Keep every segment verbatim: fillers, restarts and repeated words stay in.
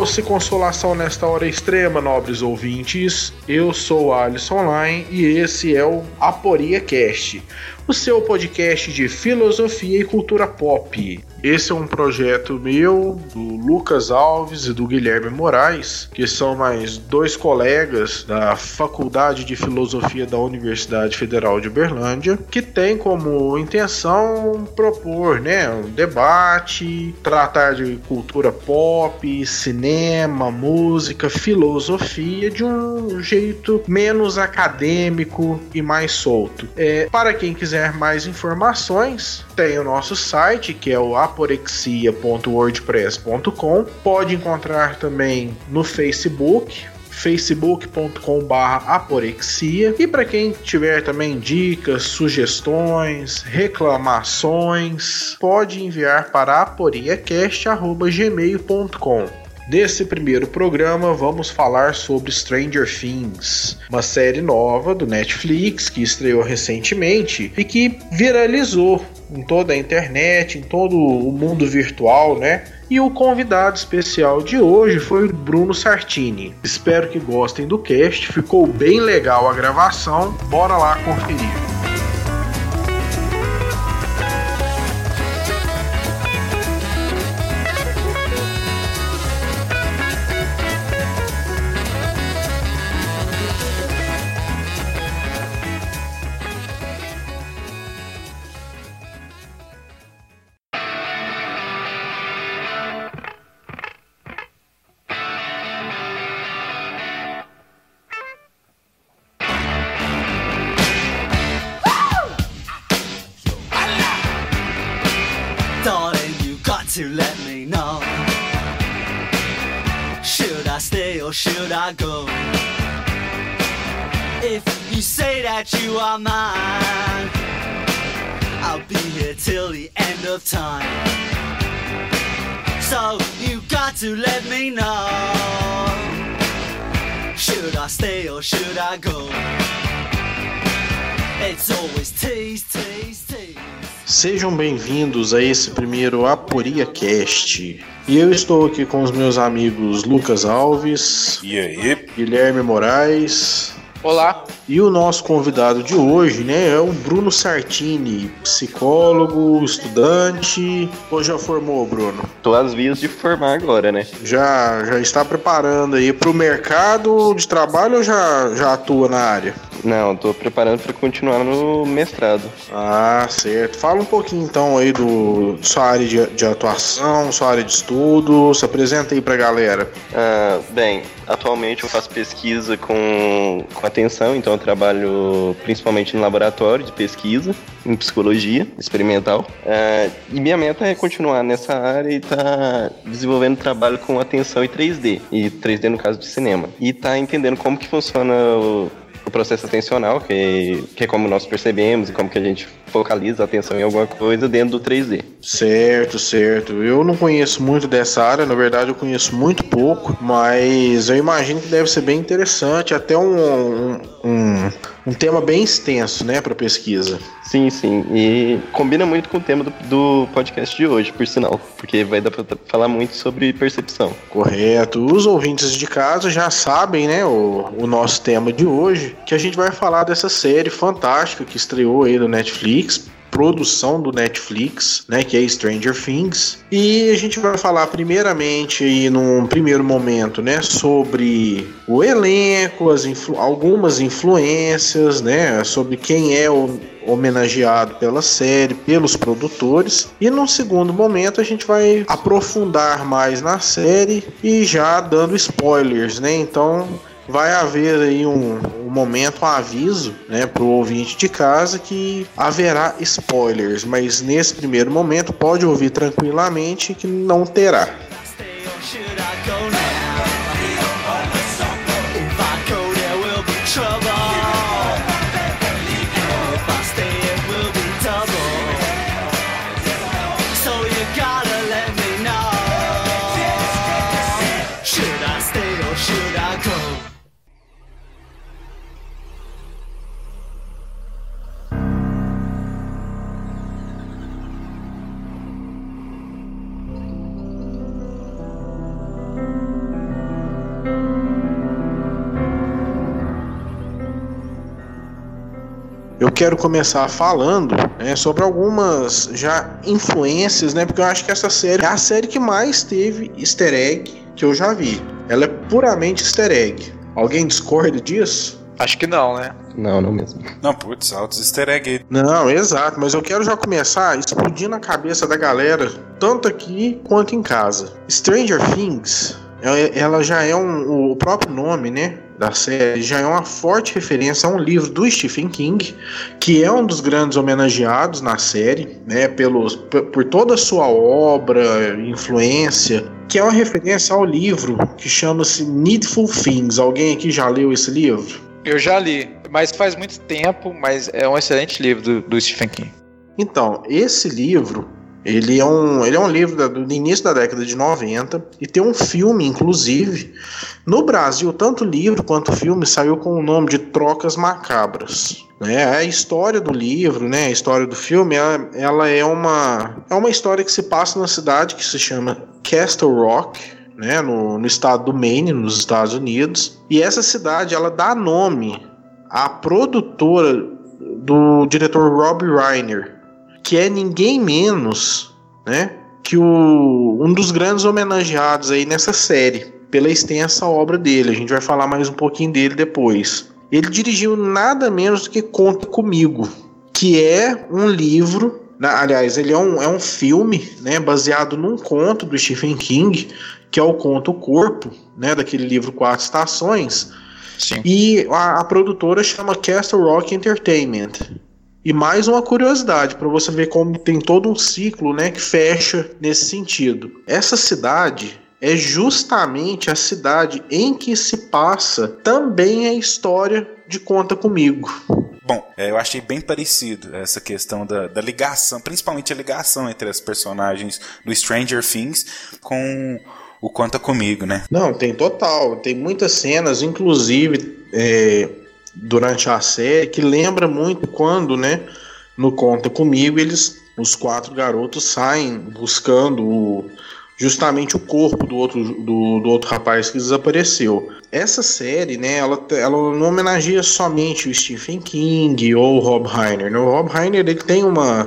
Doce consolação nesta hora extrema, nobres ouvintes. Eu sou Alisson Online e esse é o Aporia Cast, o seu podcast de filosofia e cultura pop. Esse é um projeto meu, do Lucas Alves e do Guilherme Moraes, que são mais dois colegas da Faculdade de Filosofia da Universidade Federal de Uberlândia, que tem como intenção propor, né, um debate, tratar de cultura pop, cinema, música, filosofia de um jeito menos acadêmico e mais solto. É, para quem quiser mais informações, tem o nosso site, que é o aporexia ponto wordpress ponto com. Pode encontrar também no Facebook, facebook ponto com barra aporexia. E para quem tiver também dicas, sugestões, reclamações, pode enviar para aporiacast arroba gmail ponto com. Nesse primeiro programa vamos falar sobre Stranger Things, uma série nova do Netflix que estreou recentemente e que viralizou em toda a internet, em todo o mundo virtual, né? E o convidado especial de hoje foi o Bruno Sartini. Espero que gostem do cast, ficou bem legal a gravação, bora lá conferir. To let me know, should I stay or should I go? If you say that you are mine, I'll be here till the end of time. So you got to let me know, should I stay or should I go? It's always tease, tease, tease. Sejam bem-vindos a esse primeiro Aporia Cast. E eu estou aqui com os meus amigos Lucas Alves. E aí? Guilherme Moraes. Olá. E o nosso convidado de hoje, né, é o Bruno Sartini, psicólogo, estudante. Ou já formou, Bruno? Tô às vias de formar agora, né? Já, já está preparando aí para o mercado de trabalho ou já, já atua na área? Não, tô preparando para continuar no mestrado. Ah, certo. Fala um pouquinho então aí do sua área de, de atuação, sua área de estudo. Se apresenta aí pra galera. Ah, bem, atualmente eu faço pesquisa com, com atenção, então eu trabalho principalmente no laboratório de pesquisa, em psicologia experimental. Ah, e minha meta é continuar nessa área e tá desenvolvendo trabalho com atenção e três D, e três D no caso de cinema. E tá entendendo como que funciona o o processo atencional, que, que é como nós percebemos e como que a gente focaliza a atenção em alguma coisa dentro do três D. Certo, certo. Eu não conheço muito dessa área, na verdade eu conheço muito pouco, mas eu imagino que deve ser bem interessante, até um, um, um, um tema bem extenso, né, para pesquisa. Sim, sim, e combina muito com o tema do, do podcast de hoje, por sinal, porque vai dar para falar muito sobre percepção. Correto. Os ouvintes de casa já sabem, né, o, o nosso tema de hoje, que a gente vai falar dessa série fantástica que estreou aí no Netflix, produção do Netflix, né, que é Stranger Things. E a gente vai falar primeiramente aí num primeiro momento, né, sobre o elenco, as influ- algumas influências, né, sobre quem é o homenageado pela série, pelos produtores, e num segundo momento a gente vai aprofundar mais na série e já dando spoilers, né? Então vai haver aí um, um momento, um aviso, né, para o ouvinte de casa que haverá spoilers, mas nesse primeiro momento pode ouvir tranquilamente que não terá. eu quero começar falando, né, sobre algumas já influências, né, porque eu acho que essa série é a série que mais teve easter egg que eu já vi. Ela é puramente easter egg. Alguém discorda disso? Acho que não, né? Não, não mesmo. Não, putz, altos easter egg aí. Não, exato, mas eu quero já começar explodindo a cabeça da galera, tanto aqui quanto em casa. Stranger Things, ela já é um, o próprio nome, né, da série, já é uma forte referência a um livro do Stephen King, que é um dos grandes homenageados na série, né, pelos, por toda a sua obra, influência, que é uma referência ao livro que chama-se Needful Things. Alguém aqui já leu esse livro? Eu já li, mas faz muito tempo, mas é um excelente livro do, do Stephen King. Então, esse livro, ele é um, ele é um livro da, do início da década de noventa, e tem um filme, inclusive. No Brasil, tanto o livro quanto o filme saiu com o nome de Trocas Macabras. Né? A história do livro, né, a história do filme, ela, ela é, uma, é uma história que se passa na cidade que se chama Castle Rock, né, no, no estado do Maine, nos Estados Unidos. E essa cidade, ela dá nome à produtora do diretor Rob Reiner, que é ninguém menos, né, que o, um dos grandes homenageados aí nessa série, pela extensa obra dele. A gente vai falar mais um pouquinho dele depois. Ele dirigiu nada menos do que Conta Comigo, que é um livro, aliás, ele é um, é um filme, né, baseado num conto do Stephen King, que é o conto O Corpo, né, daquele livro Quatro Estações. Sim. E a, a produtora chama Castle Rock Entertainment. E mais uma curiosidade, para você ver como tem todo um ciclo, né, que fecha nesse sentido. Essa cidade é justamente a cidade em que se passa também a história de Conta Comigo. Bom, é, eu achei bem parecido essa questão da, da ligação, principalmente a ligação entre as personagens do Stranger Things com o Conta Comigo, né? Não, tem total. Tem muitas cenas, inclusive é, durante a série, que lembra muito quando, né, no Conta Comigo, eles, os quatro garotos saem buscando o, justamente o corpo do outro, do, do outro rapaz que desapareceu. Essa série, né, ela, ela não homenageia somente o Stephen King ou o Rob Reiner. Né? O Rob Reiner, ele tem uma,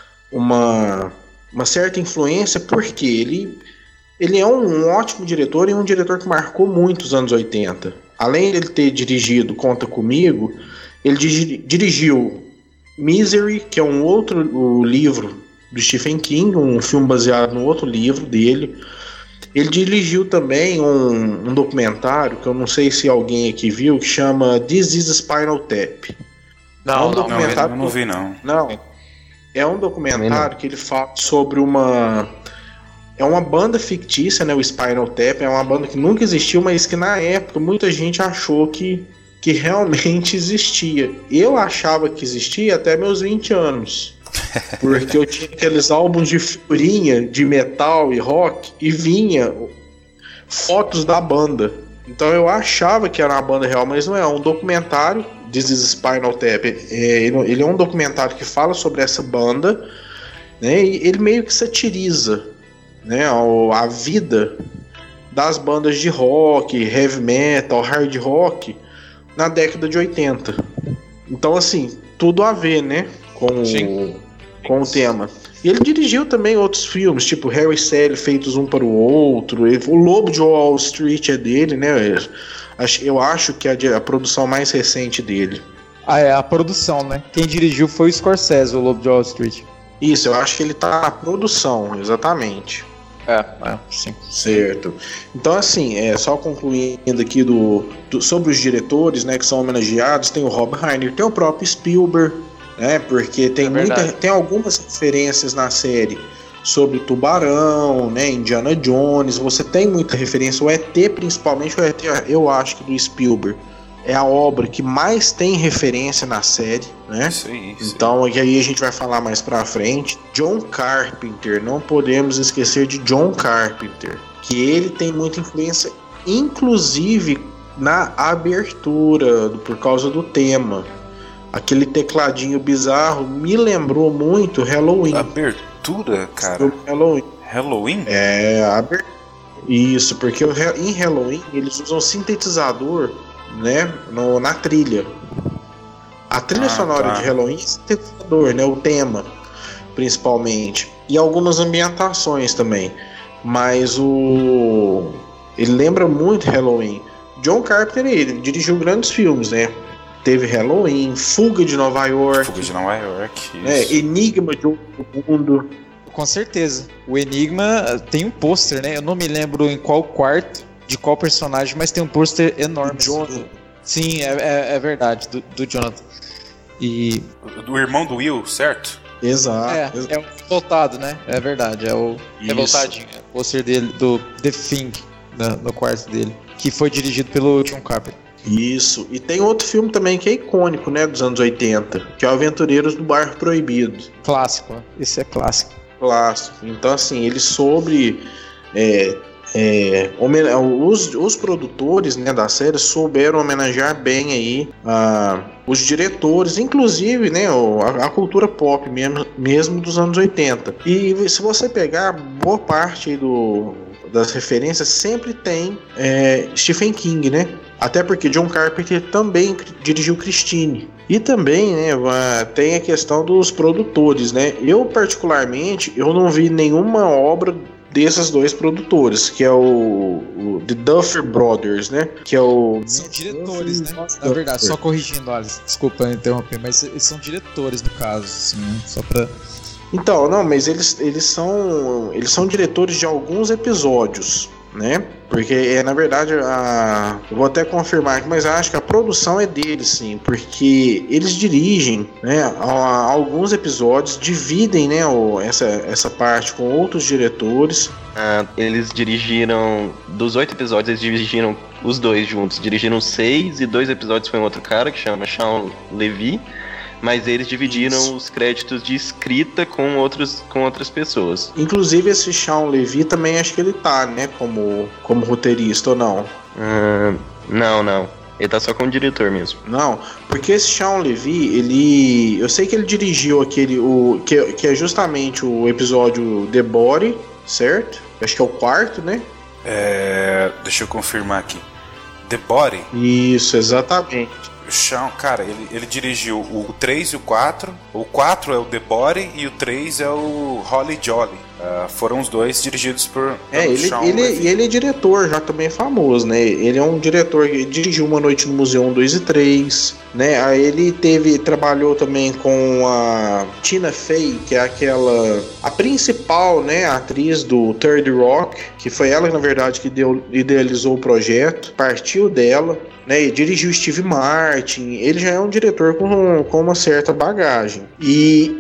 uma, uma certa influência porque ele, ele é um ótimo diretor e um diretor que marcou muito os anos oitenta. Além de ele ter dirigido Conta Comigo, ele dirigiu Misery, que é um outro o livro do Stephen King, um filme baseado no outro livro dele. Ele dirigiu também um, um documentário, que eu não sei se alguém aqui viu, que chama This is Spinal Tap. Não, é um não, documentário não, eu não vi não. Não, é um documentário que ele fala sobre uma... É uma banda fictícia, né, o Spinal Tap, é uma banda que nunca existiu, mas que na época muita gente achou que, que realmente existia. Eu achava que existia até meus vinte anos. Porque eu tinha aqueles álbuns de figurinha de metal e rock e vinha fotos da banda. Então eu achava que era uma banda real, mas não é. É um documentário, This is Spinal Tap. É, ele é um documentário que fala sobre essa banda, né, e ele meio que satiriza, né, a vida das bandas de rock, heavy metal, hard rock na década de oitenta. Então, assim, tudo a ver, né, com, o, com o tema. E ele dirigiu também outros filmes, tipo Harry e Sally feitos um para o outro. O Lobo de Wall Street é dele, né? Eu acho que é a produção mais recente dele. Ah, é a produção, né? Quem dirigiu foi o Scorsese, o Lobo de Wall Street. Isso, eu acho que ele tá na produção, exatamente. É, é, sim. Certo. Então, assim, é, só concluindo aqui do, do, sobre os diretores, né, que são homenageados, tem o Rob Reiner, tem o próprio Spielberg, né, porque tem, é muita, tem algumas referências na série sobre Tubarão, né, Indiana Jones, você tem muita referência, o E T principalmente, o E T eu acho que do Spielberg é a obra que mais tem referência na série, né? Isso aí, isso então, e aí a gente vai falar mais pra frente. John Carpenter, não podemos esquecer de John Carpenter, que ele tem muita influência, inclusive na abertura, por causa do tema. Aquele tecladinho bizarro me lembrou muito Halloween. Abertura, cara? Halloween. Halloween? É, aber... isso, porque em Halloween eles usam sintetizador, né, no, na trilha. A trilha Ah, sonora tá. de Halloween é sintetizador, né? O tema, principalmente. E algumas ambientações também. Mas o... ele lembra muito Halloween. John Carpenter, ele dirigiu grandes filmes, né? Teve Halloween, Fuga de Nova York, Fuga de Nova York. né? Isso. Enigma de Outro Mundo. Com certeza. O Enigma tem um pôster, né? Eu não me lembro em qual quarto, de qual personagem, mas tem um pôster enorme. Do Jonathan. Sim, é, é, é verdade, do, do Jonathan. E. Do irmão do Will, certo? Exato. É, é o revoltado, né? É verdade, é o Isso. revoltadinho. É o pôster dele, do The Thing, na- no quarto dele. Que foi dirigido pelo John Carpenter. Isso. E tem outro filme também que é icônico, né? Dos anos oitenta, que é o Aventureiros do Bairro Proibido. Clássico, né? Esse é clássico. Clássico. Então, assim, ele sobre. É, é, homen- os, os produtores, né, da série souberam homenagear bem aí ah, os diretores, inclusive, né, o- a, a cultura pop mesmo, mesmo dos anos oitenta. E se você pegar boa parte aí do, das referências, sempre tem é, Stephen King, né? Até porque John Carpenter também cri- dirigiu Christine. E também, né, va- tem a questão dos produtores, né? Eu, particularmente, eu não vi nenhuma obra desses dois produtores, que é o, o The Duffer Brothers, né? Que é o... São diretores, né? Na verdade, só corrigindo, Alice, desculpa interromper, mas eles são diretores no caso, assim, né? Só pra. Então, não, mas eles, eles são eles são diretores de alguns episódios, né? Porque é, na verdade, a, eu vou até confirmar aqui, mas eu acho que a produção é deles, sim, porque eles dirigem, né, a, a alguns episódios, dividem, né, o, essa, essa parte com outros diretores. Ah, eles dirigiram, dos oito episódios, eles dirigiram os dois juntos. Dirigiram seis e dois episódios foi um outro cara que chama Sean Levy. Mas eles dividiram Isso. os créditos de escrita com, outros, com outras pessoas. Inclusive esse Sean Levy também acho que ele tá, né, como, como roteirista ou não. Ah, não, não. Ele tá só como diretor mesmo. Não, porque esse Sean Levy, ele... eu sei que ele dirigiu aquele... O, que, que é justamente o episódio The Body, certo? Acho que é o quarto, né? É, deixa eu confirmar aqui. The Body, Isso, exatamente. o Sean, cara, ele, ele dirigiu o três e o quatro. O quatro é o The Body e o três é o Holly Jolly. Ah, foram os dois dirigidos por É, pelo ele, Sean ele, Levy. e ele é diretor já também famoso, né? Ele é um diretor que dirigiu Uma Noite no Museu um, dois e três, né? Aí ele teve, trabalhou também com a Tina Fey, que é aquela, a principal, né, atriz do Third Rock, que foi ela, na verdade, que deu, idealizou o projeto, partiu dela, né? E dirigiu Steve Martin. Ele já é um diretor com, com uma certa bagagem. E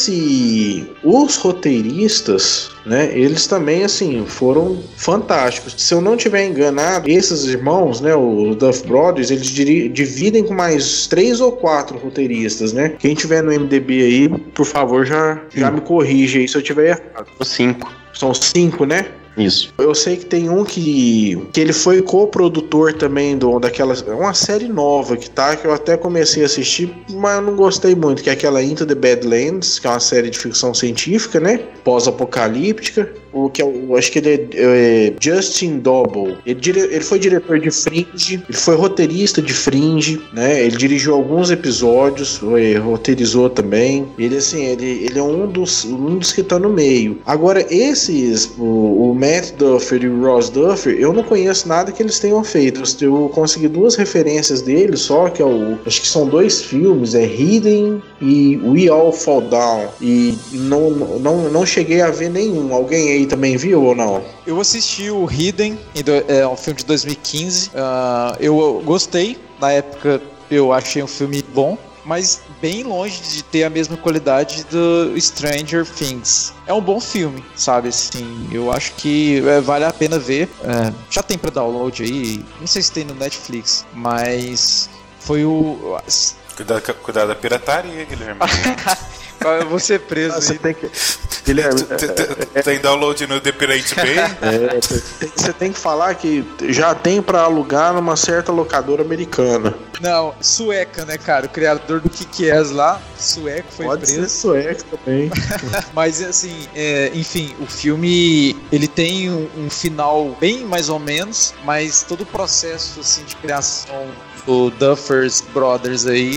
esse, os roteiristas, né, eles também, assim, foram fantásticos. Se eu não tiver enganado, esses irmãos, né, os Duff Brothers, eles diri- dividem com mais três ou quatro roteiristas, né? Quem tiver no M D B aí, por favor, já, já me corrige aí se eu tiver errado. Os cinco. São cinco, né? Isso. Eu sei que tem um que, que ele foi co-produtor também do, daquela... uma série nova que tá, que eu até comecei a assistir, mas eu não gostei muito, que é aquela Into the Badlands, que é uma série de ficção científica, né? Pós-apocalíptica. O que eu acho que ele é, é Justin Double. Ele, dire, ele foi diretor de Fringe, ele foi roteirista de Fringe, né? Ele dirigiu alguns episódios, foi, roteirizou também. Ele, assim, ele, ele é um dos, um dos que tá no meio. Agora, esses, o, o Matt Duffer e o Ross Duffer, eu não conheço nada que eles tenham feito. Eu consegui duas referências deles só, que é o, acho que são dois filmes, é Hidden e We All Fall Down. E não, não, não cheguei a ver nenhum. Alguém aí também viu ou não? Eu assisti o Hidden, é um filme de dois mil e quinze. Uh, eu gostei. Na época eu achei um filme bom, mas bem longe de ter a mesma qualidade do Stranger Things. É um bom filme, sabe? Assim, eu acho que é, vale a pena ver. É, já tem pra download aí, não sei se tem no Netflix, mas foi o... Cuidado, cuidado da pirataria, Guilherme. Eu vou ser preso. Você aí. tem que... Guilherme, Tem download no The Pirate Bay? é, tem- você tem que falar que já tem pra alugar numa certa locadora americana. Não, sueca, né, cara? O criador do Kick-Ass lá, sueco, foi Pode preso. ser sueco também. Mas assim, é, enfim, o filme ele tem um, um final bem mais ou menos, mas todo o processo assim de criação do Duffers Brothers aí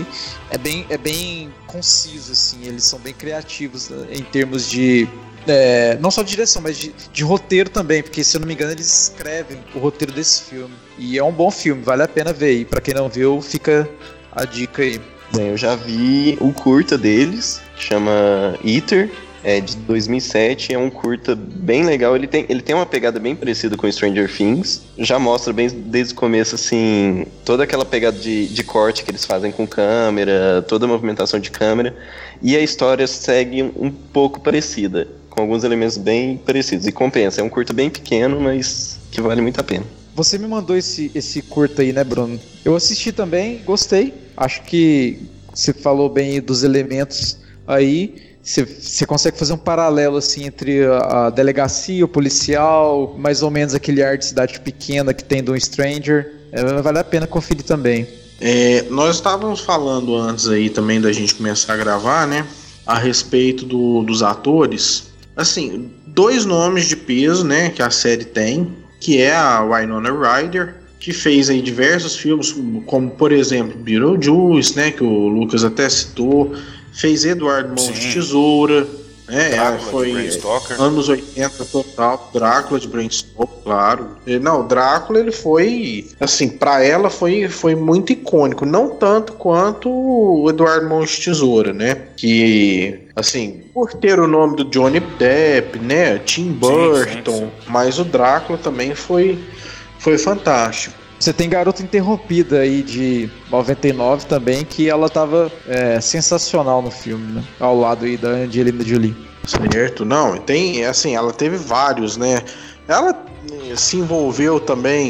é bem, é bem conciso, assim, eles são bem criativos, né, em termos de é, não só de direção, mas de, de roteiro também, porque se eu não me engano eles escrevem o roteiro desse filme, e é um bom filme, vale a pena ver, e pra quem não viu, fica a dica aí. Bem, eu já vi o curta deles, chama Eater, é de dois mil e sete, é um curta bem legal, ele tem, ele tem uma pegada bem parecida com Stranger Things, já mostra bem desde o começo, assim, toda aquela pegada de, de corte que eles fazem com câmera, toda a movimentação de câmera, e a história segue um pouco parecida, com alguns elementos bem parecidos, e compensa, é um curta bem pequeno, mas que vale muito a pena. Você me mandou esse, esse curta aí, né, Bruno? Eu assisti também, gostei, acho que você falou bem dos elementos aí. Você consegue fazer um paralelo assim entre a, a delegacia, o policial, mais ou menos aquele ar de cidade pequena que tem do Stranger. É, vale a pena conferir também. É, nós estávamos falando antes aí também da gente começar a gravar, né? A respeito do, dos atores. Assim, dois nomes de peso, né? Que a série tem, que é a Winona Ryder, que fez aí diversos filmes, como por exemplo Beetlejuice, né? Que o Lucas até citou. Fez Eduardo Mãos de Tesoura, né? Drácula, foi de Bram Stoker. Anos oitenta total, Drácula de Bram Stoker, claro. Não, Drácula ele foi, assim, pra ela foi, foi muito icônico, não tanto quanto o Eduardo Mãos de Tesoura, né? Que, assim, por ter o nome do Johnny Depp, né? Tim Burton, sim, sim, sim. Mas o Drácula também foi, foi fantástico. Você tem Garota Interrompida aí de noventa e nove também, que ela tava é, sensacional no filme, né? Ao lado aí da Angelina Jolie. Certo, não, tem, assim, ela teve vários, né? Ela se envolveu também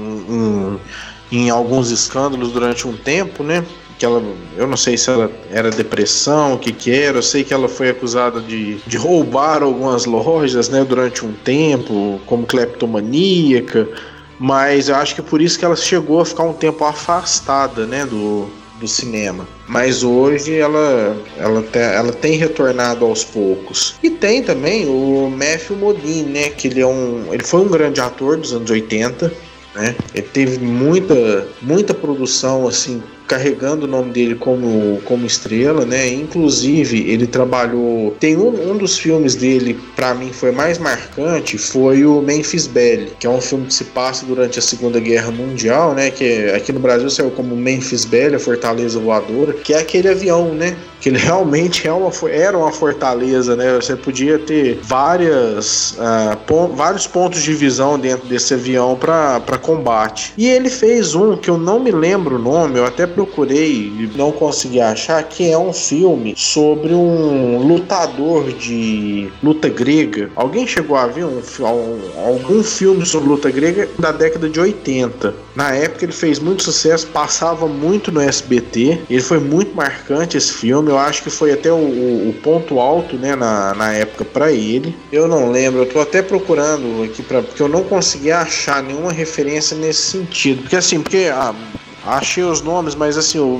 em, em, em alguns escândalos durante um tempo, né? Que ela, eu não sei se ela era depressão, o que que era, eu sei que ela foi acusada de, de roubar algumas lojas, né? Durante um tempo, como cleptomaníaca. Mas eu acho que é por isso que ela chegou a ficar um tempo afastada, né, do, do cinema. Mas hoje ela, ela, te, ela tem retornado aos poucos. E tem também o Matthew Modine, né, que ele, é um, ele foi um grande ator dos anos oitenta, né, ele teve muita, muita produção, assim, carregando o nome dele como, como estrela, né? Inclusive ele trabalhou, tem um, um dos filmes dele pra mim foi mais marcante, foi o Memphis Belle, que é um filme que se passa durante a Segunda Guerra Mundial, né? Que aqui no Brasil saiu como Memphis Belle, a Fortaleza Voadora, que é aquele avião, né? Que ele realmente é uma, era uma fortaleza, né? Você podia ter várias, uh, pon- vários pontos de visão dentro desse avião para combate. E ele fez um que eu não me lembro o nome, eu até procurei e não consegui achar, que é um filme sobre um lutador de luta grega. Alguém chegou a ver um, um, algum filme sobre luta grega da década de oitenta? Na época ele fez muito sucesso, passava muito no S B T, ele foi muito marcante esse filme, eu acho que foi até o, o, o ponto alto, né, na, na época para ele. Eu não lembro, eu tô até procurando aqui, pra, porque eu não consegui achar nenhuma referência nesse sentido, porque assim, porque ah, achei os nomes, mas assim, o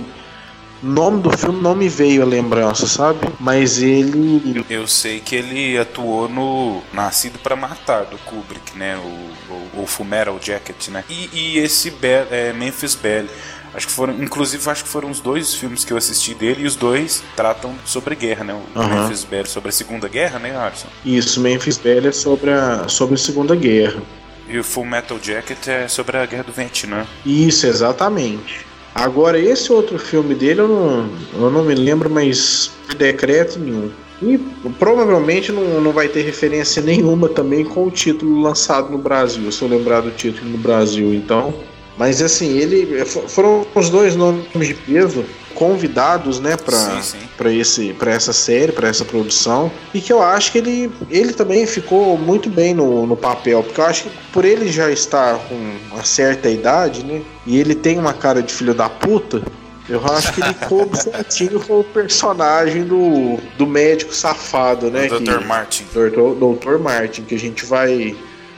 nome do filme não me veio a lembrança, sabe? Mas ele... Eu sei que ele atuou no Nascido pra Matar, do Kubrick, né? O, o, o Full Metal Jacket, né? E, e esse Be- é, Memphis Belle. Acho que foram, inclusive, acho que foram os dois filmes que eu assisti dele, e os dois tratam sobre guerra, né? O uhum. Memphis Belle sobre a Segunda Guerra, né, Alisson? Isso, Memphis Belle é sobre a, sobre a Segunda Guerra. E o Full Metal Jacket é sobre a Guerra do Vietnã. Isso, exatamente. Agora, esse outro filme dele, eu não, eu não me lembro, mas por decreto nenhum. E provavelmente não, não vai ter referência nenhuma também com o título lançado no Brasil, se eu lembrar do título no Brasil, então... Mas assim, ele foram os dois nomes de peso convidados, né, para para esse para essa série, para essa produção, e que eu acho que ele ele também ficou muito bem no, no papel, porque eu acho que por ele já estar com uma certa idade, né, e ele tem uma cara de filho da puta, eu acho que ele coube certinho com o personagem do, do médico safado, né, o doutor Martin. doutor doutor Martin, que a gente vai...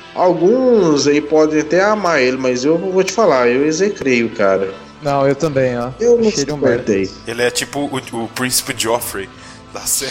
Alguns aí podem até amar ele, mas eu vou te falar, eu execrei o cara. Não, eu também, ó. Eu não suportei. Ele é tipo o, o Príncipe Joffrey da série.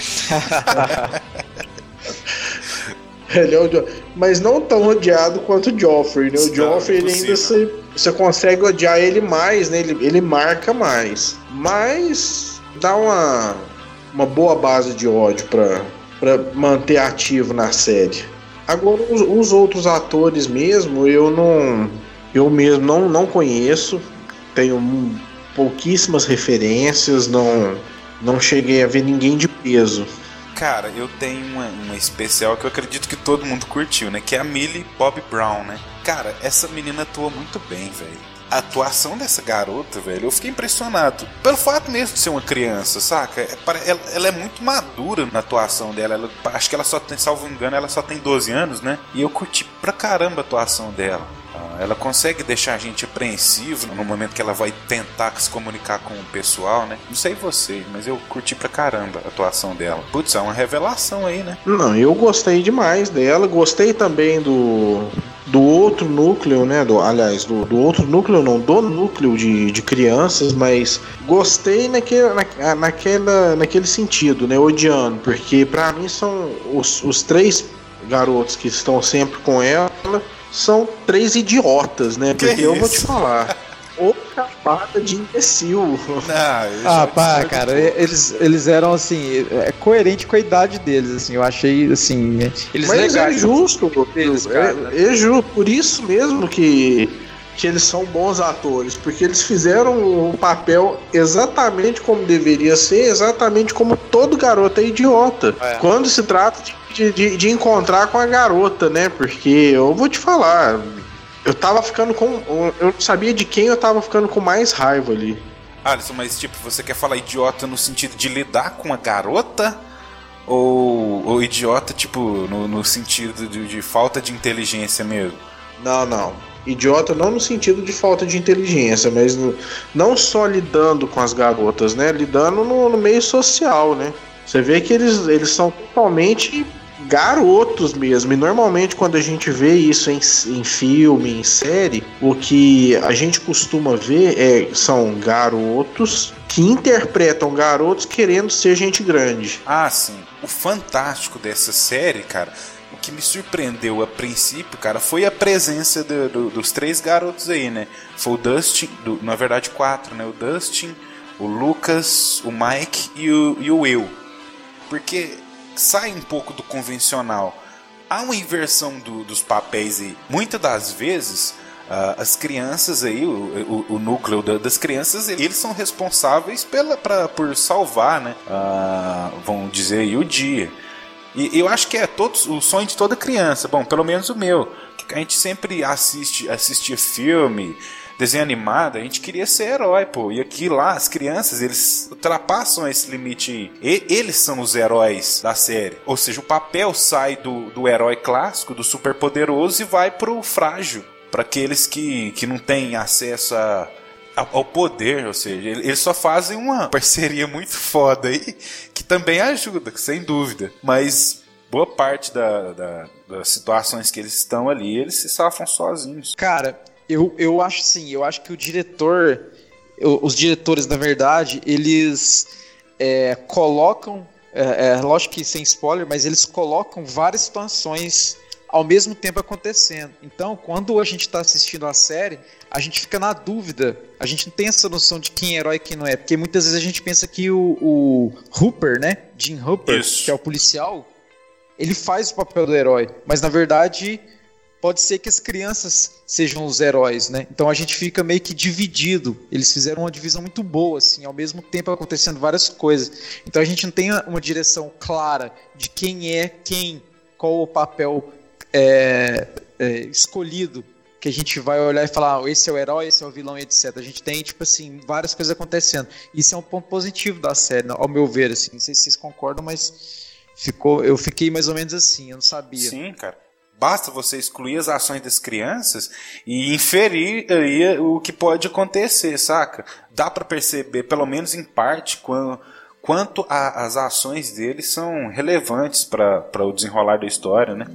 Ele é o jo- mas não tão odiado quanto o Joffrey, né? O Joffrey ele ainda você, você consegue odiar ele mais, né? Ele, ele marca mais. Mas dá uma, uma boa base de ódio pra, pra manter ativo na série. Agora, os, os outros atores mesmo, eu não. Eu mesmo não, não conheço. Tenho pouquíssimas referências, não, não cheguei a ver ninguém de peso. Cara, eu tenho uma, uma especial que eu acredito que todo mundo curtiu, né? Que é a Millie Bobby Brown, né? Cara, essa menina atua muito bem, velho. A atuação dessa garota, velho, eu fiquei impressionado. Pelo fato mesmo de ser uma criança, saca? Ela, ela é muito madura na atuação dela. Ela, acho que ela só tem, salvo engano, ela só tem doze anos, né? E eu curti pra caramba a atuação dela. Ela consegue deixar a gente apreensivo no momento que ela vai tentar se comunicar com o pessoal, né? Não sei vocês, mas eu curti pra caramba a atuação dela. Putz, é uma revelação aí, né? Não, eu gostei demais dela. Gostei também do, do outro núcleo, né? Do, aliás, do, do outro núcleo não, do núcleo de, de crianças, mas gostei naquele, na, naquela, naquele sentido, né? Odiando, porque pra mim são os, os três garotos que estão sempre com ela. São três idiotas, né? Que Porque isso? eu vou te falar. Ô capada de imbecil. Não, Ah, pá, cara, eles, eles eram assim, é coerente com a idade deles, assim, eu achei assim. Eles Mas é legais, justo, deles, cara, né? é, é justo. Por isso mesmo que, que eles são bons atores, porque eles fizeram o papel exatamente como deveria ser, exatamente como todo garoto é idiota. É. Quando se trata de De, de, de encontrar com a garota, né? Porque eu vou te falar, eu tava ficando com. Eu não sabia de quem eu tava ficando com mais raiva ali. Alisson, mas tipo, você quer falar idiota no sentido de lidar com a garota? Ou, ou idiota, tipo, no, no sentido de, de falta de inteligência mesmo? Não, não. Idiota não no sentido de falta de inteligência, mas no, não só lidando com as garotas, né? Lidando no, no meio social, né? Você vê que eles, eles são totalmente garotos mesmo, e normalmente quando a gente vê isso em, em filme, em série, o que a gente costuma ver é, são garotos que interpretam garotos querendo ser gente grande. Ah, sim. O fantástico dessa série, cara, o que me surpreendeu a princípio, cara, foi a presença do, do, dos três garotos aí, né? Foi o Dustin, do, na verdade quatro, né? O Dustin, o Lucas, o Mike e o, e o Will. Porque sai um pouco do convencional. Há uma inversão do, dos papéis aí. Muitas das vezes, uh, as crianças aí, o, o, o núcleo da, das crianças, eles são responsáveis pela, pra, por salvar, né? Uh, vamos dizer aí, o dia. E eu acho que é todos, o sonho de toda criança. Bom, pelo menos o meu. Que a gente sempre assiste, assistia filme, desenho animado, a gente queria ser herói, pô. E aqui lá, as crianças, eles ultrapassam esse limite aí. E, eles são os heróis da série. Ou seja, o papel sai do, do herói clássico, do super poderoso, e vai pro frágil. Para aqueles que, que não têm acesso a, a, ao poder. Ou seja, eles só fazem uma parceria muito foda aí, que também ajuda, sem dúvida. Mas boa parte da, da, das situações que eles estão ali, eles se safam sozinhos. Cara, Eu, eu acho assim, eu acho que o diretor, os diretores, na verdade, eles é, colocam, é, é, lógico que sem spoiler, mas eles colocam várias situações ao mesmo tempo acontecendo. Então, quando a gente está assistindo a série, a gente fica na dúvida, a gente não tem essa noção de quem é herói e quem não é, porque muitas vezes a gente pensa que o, o Hooper, né, Jim Hooper, Isso. que é o policial, ele faz o papel do herói, mas na verdade pode ser que as crianças sejam os heróis, né? Então a gente fica meio que dividido. Eles fizeram uma divisão muito boa, assim, ao mesmo tempo acontecendo várias coisas. Então a gente não tem uma direção clara de quem é quem, qual o papel é, é, escolhido, que a gente vai olhar e falar, ah, esse é o herói, esse é o vilão, etcétera. A gente tem, tipo assim, várias coisas acontecendo. Isso é um ponto positivo da série, ao meu ver, assim. Não sei se vocês concordam, mas ficou, eu fiquei mais ou menos assim, eu não sabia. Sim, cara. Basta você excluir as ações das crianças e inferir aí o que pode acontecer, saca? Dá pra perceber, pelo menos em parte, quando, quanto a, as ações deles são relevantes para o desenrolar da história, né?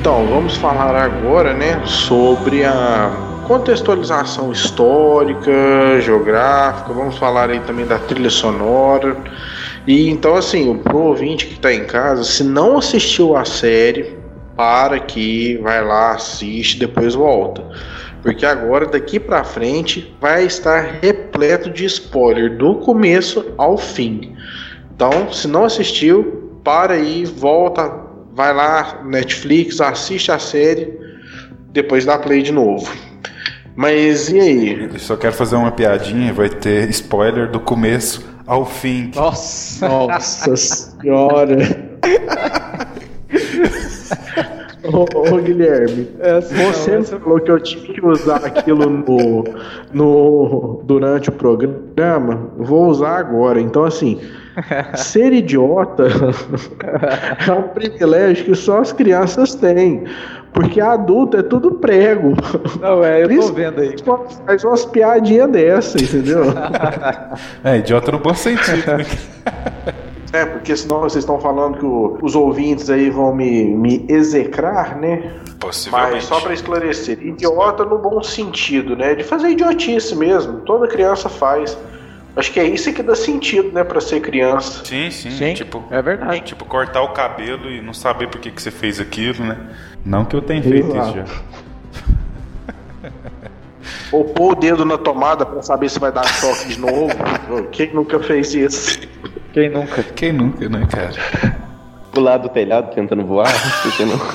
Então, vamos falar agora, né, sobre a contextualização histórica, geográfica, vamos falar aí também da trilha sonora. E então, assim, pro ouvinte que está em casa, se não assistiu a série, para aqui, vai lá, assiste, depois volta. Porque agora, daqui pra frente, vai estar repleto de spoiler, do começo ao fim. Então, se não assistiu, para aí, volta, vai lá, Netflix, assiste a série, depois dá play de novo. Mas e aí? Eu só quero fazer uma piadinha, vai ter spoiler do começo ao fim. Nossa, Nossa senhora. Ô, ô Guilherme, essa, você não, falou que eu tive que usar aquilo no, no, durante o programa, vou usar agora. Então, assim, ser idiota é um privilégio que só as crianças têm, porque adulto é tudo prego. Não, é, eu tô vendo aí. Faz umas piadinhas dessa, entendeu? É, idiota no bom sentido, né? É, porque senão vocês estão falando que o, os ouvintes aí vão me, me execrar, né? Possivelmente. Mas só pra esclarecer, idiota no bom sentido, né? De fazer idiotice mesmo, toda criança faz. Acho que é isso que dá sentido, né, pra ser criança. Sim, sim, sim, tipo, é verdade. Tipo, cortar o cabelo e não saber por que, que você fez aquilo, né? Não que eu tenha feito Exato. isso já. Ou pôr o dedo na tomada pra saber se vai dar choque de novo. Quem nunca fez isso? Quem nunca? Quem nunca, né, cara? Pular do telhado tentando voar, porque não.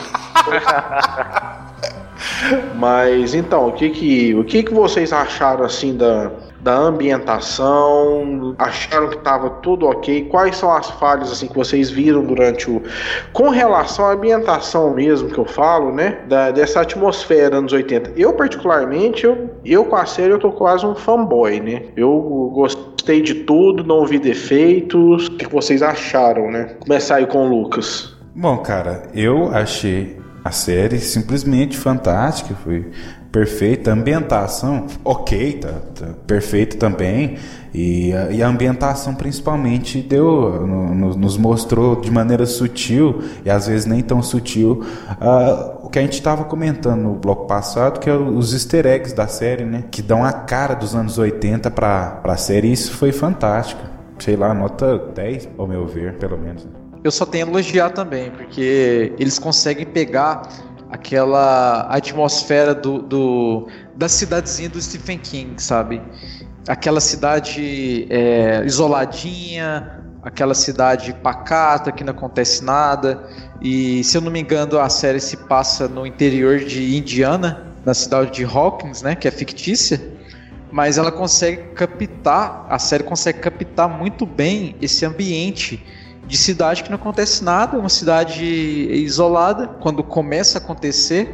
Mas então, o que que, o que que vocês acharam assim da, da ambientação? Acharam que estava tudo ok? Quais são as falhas assim que vocês viram durante o... Com relação à ambientação mesmo que eu falo, né? Da, dessa atmosfera anos oitenta. Eu particularmente, eu, eu com a série eu tô quase um fanboy, né? Eu gostei de tudo, não vi defeitos. O que vocês acharam, né? Começar aí com o Lucas. Bom, cara, eu achei a série simplesmente fantástica, foi perfeita, a ambientação, ok, tá, tá perfeito também, e a, e a ambientação principalmente deu, no, no, nos mostrou de maneira sutil, e às vezes nem tão sutil, uh, o que a gente estava comentando no bloco passado, que é os easter eggs da série, né, que dão a cara dos anos oitenta para a série, e isso foi fantástico, sei lá, nota dez, ao meu ver, pelo menos. Eu só tenho a elogiar também, porque eles conseguem pegar aquela atmosfera do, do, da cidadezinha do Stephen King, sabe? Aquela cidade é, isoladinha, aquela cidade pacata, que não acontece nada. E, se eu não me engano, a série se passa no interior de Indiana, na cidade de Hawkins, né, que é fictícia. Mas ela consegue captar, a série consegue captar muito bem esse ambiente de cidade que não acontece nada, uma cidade isolada. Quando começa a acontecer,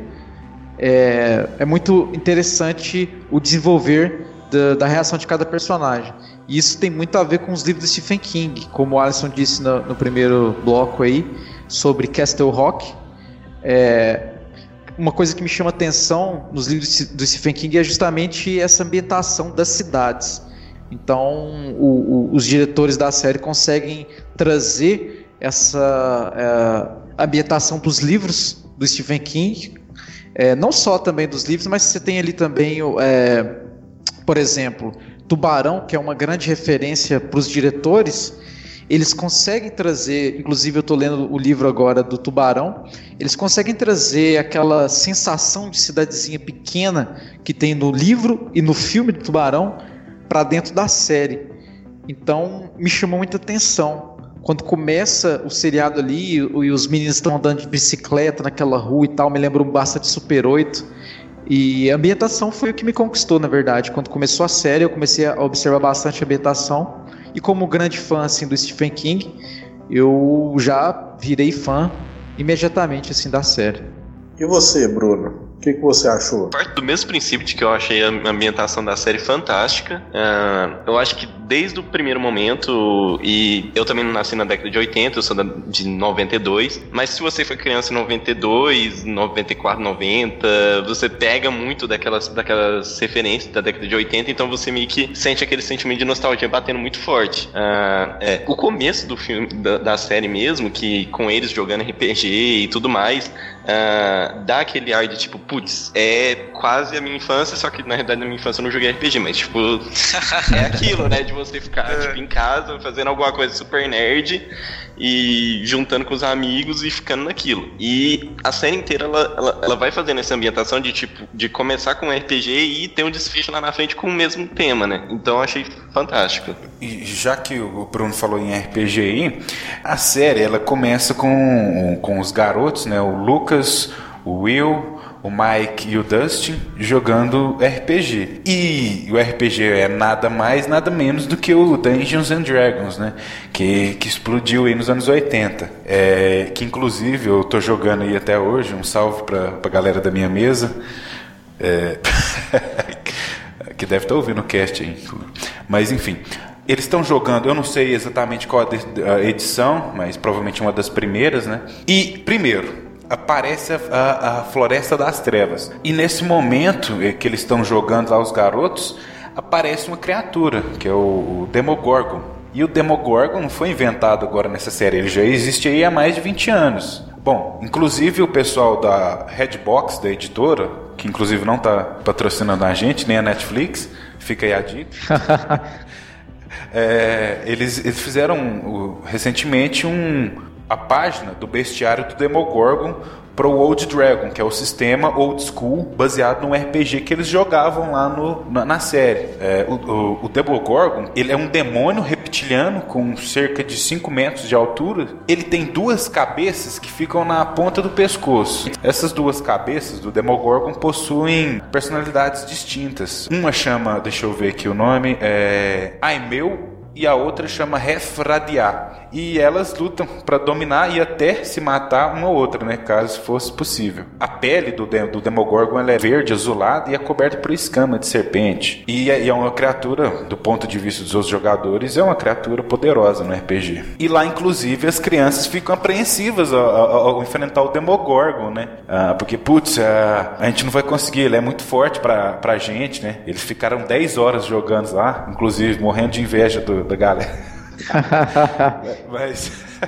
é, é muito interessante o desenvolver da, da reação de cada personagem. E isso tem muito a ver com os livros de Stephen King, como o Alisson disse no, no primeiro bloco aí, sobre Castle Rock. É, uma coisa que me chama atenção nos livros do Stephen King é justamente essa ambientação das cidades. Então, o, o, os diretores da série conseguem trazer essa é, ambientação dos livros do Stephen King, é, não só também dos livros, mas você tem ali também, é, por exemplo, Tubarão, que é uma grande referência para os diretores. Eles conseguem trazer, inclusive eu estou lendo o livro agora do Tubarão, eles conseguem trazer aquela sensação de cidadezinha pequena que tem no livro e no filme do Tubarão para dentro da série. Então me chamou muita atenção quando começa o seriado ali e os meninos estão andando de bicicleta naquela rua e tal, me lembrou bastante de Super oito. E a ambientação foi o que me conquistou, na verdade. Quando começou a série eu comecei a observar bastante a ambientação, e como grande fã assim, do Stephen King, eu já virei fã imediatamente assim, da série. E você, Bruno? O que, que você achou? Parte do mesmo princípio de que eu achei a ambientação da série fantástica. Uh, eu acho que desde o primeiro momento, e eu também não nasci na década de oitenta, eu sou da, de noventa e dois, mas se você foi criança em noventa e dois, noventa e quatro, noventa, você pega muito daquelas, daquelas referências da década de oitenta, então você meio que sente aquele sentimento de nostalgia batendo muito forte. Uh, é, o começo do filme, da, da série mesmo, que com eles jogando R P G e tudo mais, uh, dá aquele ar de tipo, putz, é quase a minha infância, só que na realidade na minha infância eu não joguei R P G, mas tipo, é aquilo, né, de você ficar é. tipo, em casa fazendo alguma coisa super nerd e juntando com os amigos e ficando naquilo. E a série inteira ela, ela, ela vai fazendo essa ambientação de tipo, de começar com um R P G e ter um desfecho lá na frente com o mesmo tema, né? Então eu achei fantástico. E já que o Bruno falou em R P G aí, a série ela começa com, com os garotos, né? O Lucas, o Will, o Mike e o Dustin jogando R P G. E o R P G é nada mais, nada menos do que o Dungeons and Dragons, né? Que, que explodiu aí nos anos oitenta. É, que inclusive eu tô jogando aí até hoje. Um salve pra, pra galera da minha mesa. É, que deve estar ouvindo o cast aí. Mas enfim, eles estão jogando, eu não sei exatamente qual a edição, mas provavelmente uma das primeiras, né? E, primeiro, aparece a, a, a Floresta das Trevas. E nesse momento que eles estão jogando lá os garotos, aparece uma criatura, que é o, o Demogorgon. E o Demogorgon não foi inventado agora nessa série, ele já existe aí há mais de vinte anos. Bom, inclusive o pessoal da Redbox, da editora, que inclusive não está patrocinando a gente, nem a Netflix, fica aí a dica. é, eles, eles fizeram uh, recentemente um... a página do bestiário do Demogorgon para o Old Dragon, que é o sistema old school baseado no R P G que eles jogavam lá no, na, na série. É, o, o, o Demogorgon, ele é um demônio reptiliano com cerca de cinco metros de altura. Ele tem duas cabeças que ficam na ponta do pescoço. Essas duas cabeças do Demogorgon possuem personalidades distintas. Uma chama, deixa eu ver aqui o nome, é Aimeu, e a outra chama Refradiar. E elas lutam para dominar e até se matar uma ou outra, né, caso fosse possível. A pele do, do Demogorgon ela é verde, azulada e é coberta por escama de serpente. E é, e é uma criatura, do ponto de vista dos outros jogadores, é uma criatura poderosa no R P G. E lá, inclusive, as crianças ficam apreensivas ao, ao, ao enfrentar o Demogorgon, né? Ah, porque, putz, a, a gente não vai conseguir, ele é muito forte pra, pra gente, né? Eles ficaram dez horas jogando lá, inclusive morrendo de inveja do, da galera. mas,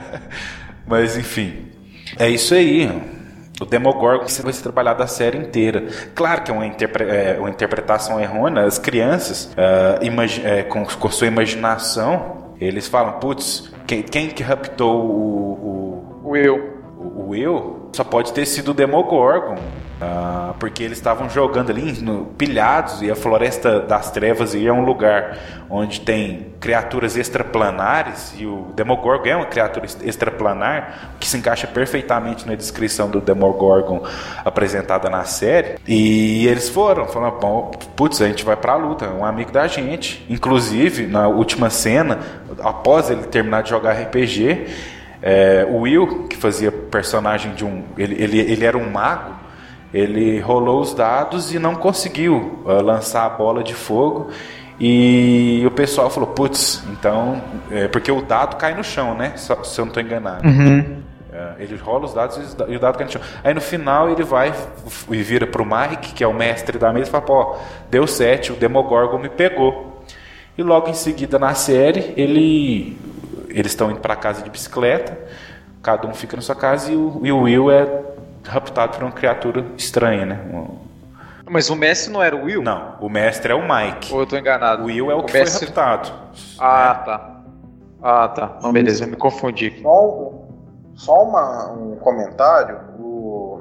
mas enfim, é isso aí. O Demogorgon vai ser trabalhado a série inteira. Claro que é uma, interpre- é, uma interpretação errônea. As crianças, uh, imagi- é, com, com sua imaginação, eles falam, putz, quem, quem que raptou o... O Will. O, o Will só pode ter sido o Demogorgon. Uh, porque eles estavam jogando ali no, pilhados, e a Floresta das Trevas é um lugar onde tem criaturas extraplanares, e o Demogorgon é uma criatura extraplanar que se encaixa perfeitamente na descrição do Demogorgon apresentada na série. E eles foram, falaram, bom, putz, a gente vai pra luta, é um amigo da gente. Inclusive, na última cena, após ele terminar de jogar R P G, é, o Will, que fazia personagem de um... Ele, ele, ele era um mago. Ele rolou os dados e não conseguiu uh, lançar a bola de fogo. E o pessoal falou, putz, então... É, porque o dado cai no chão, né? Se, se eu não estou enganado. Uhum. Uh, ele rola os dados e o dado cai no chão. Aí no final ele vai e vira pro Mike, que é o mestre da mesa, e fala, pô, deu sete, o Demogorgon me pegou. E logo em seguida na série, ele, eles estão indo para casa de bicicleta. Cada um fica na sua casa e o, e o Will é... raptado por uma criatura estranha, né? Mas o mestre não era o Will? Não, o mestre é o Mike. Ou eu tô enganado? O Will é o, o que mestre... foi raptado. Ah, né? tá. Ah, tá. Não, beleza, eu me confundi. Só, só uma, um comentário. O,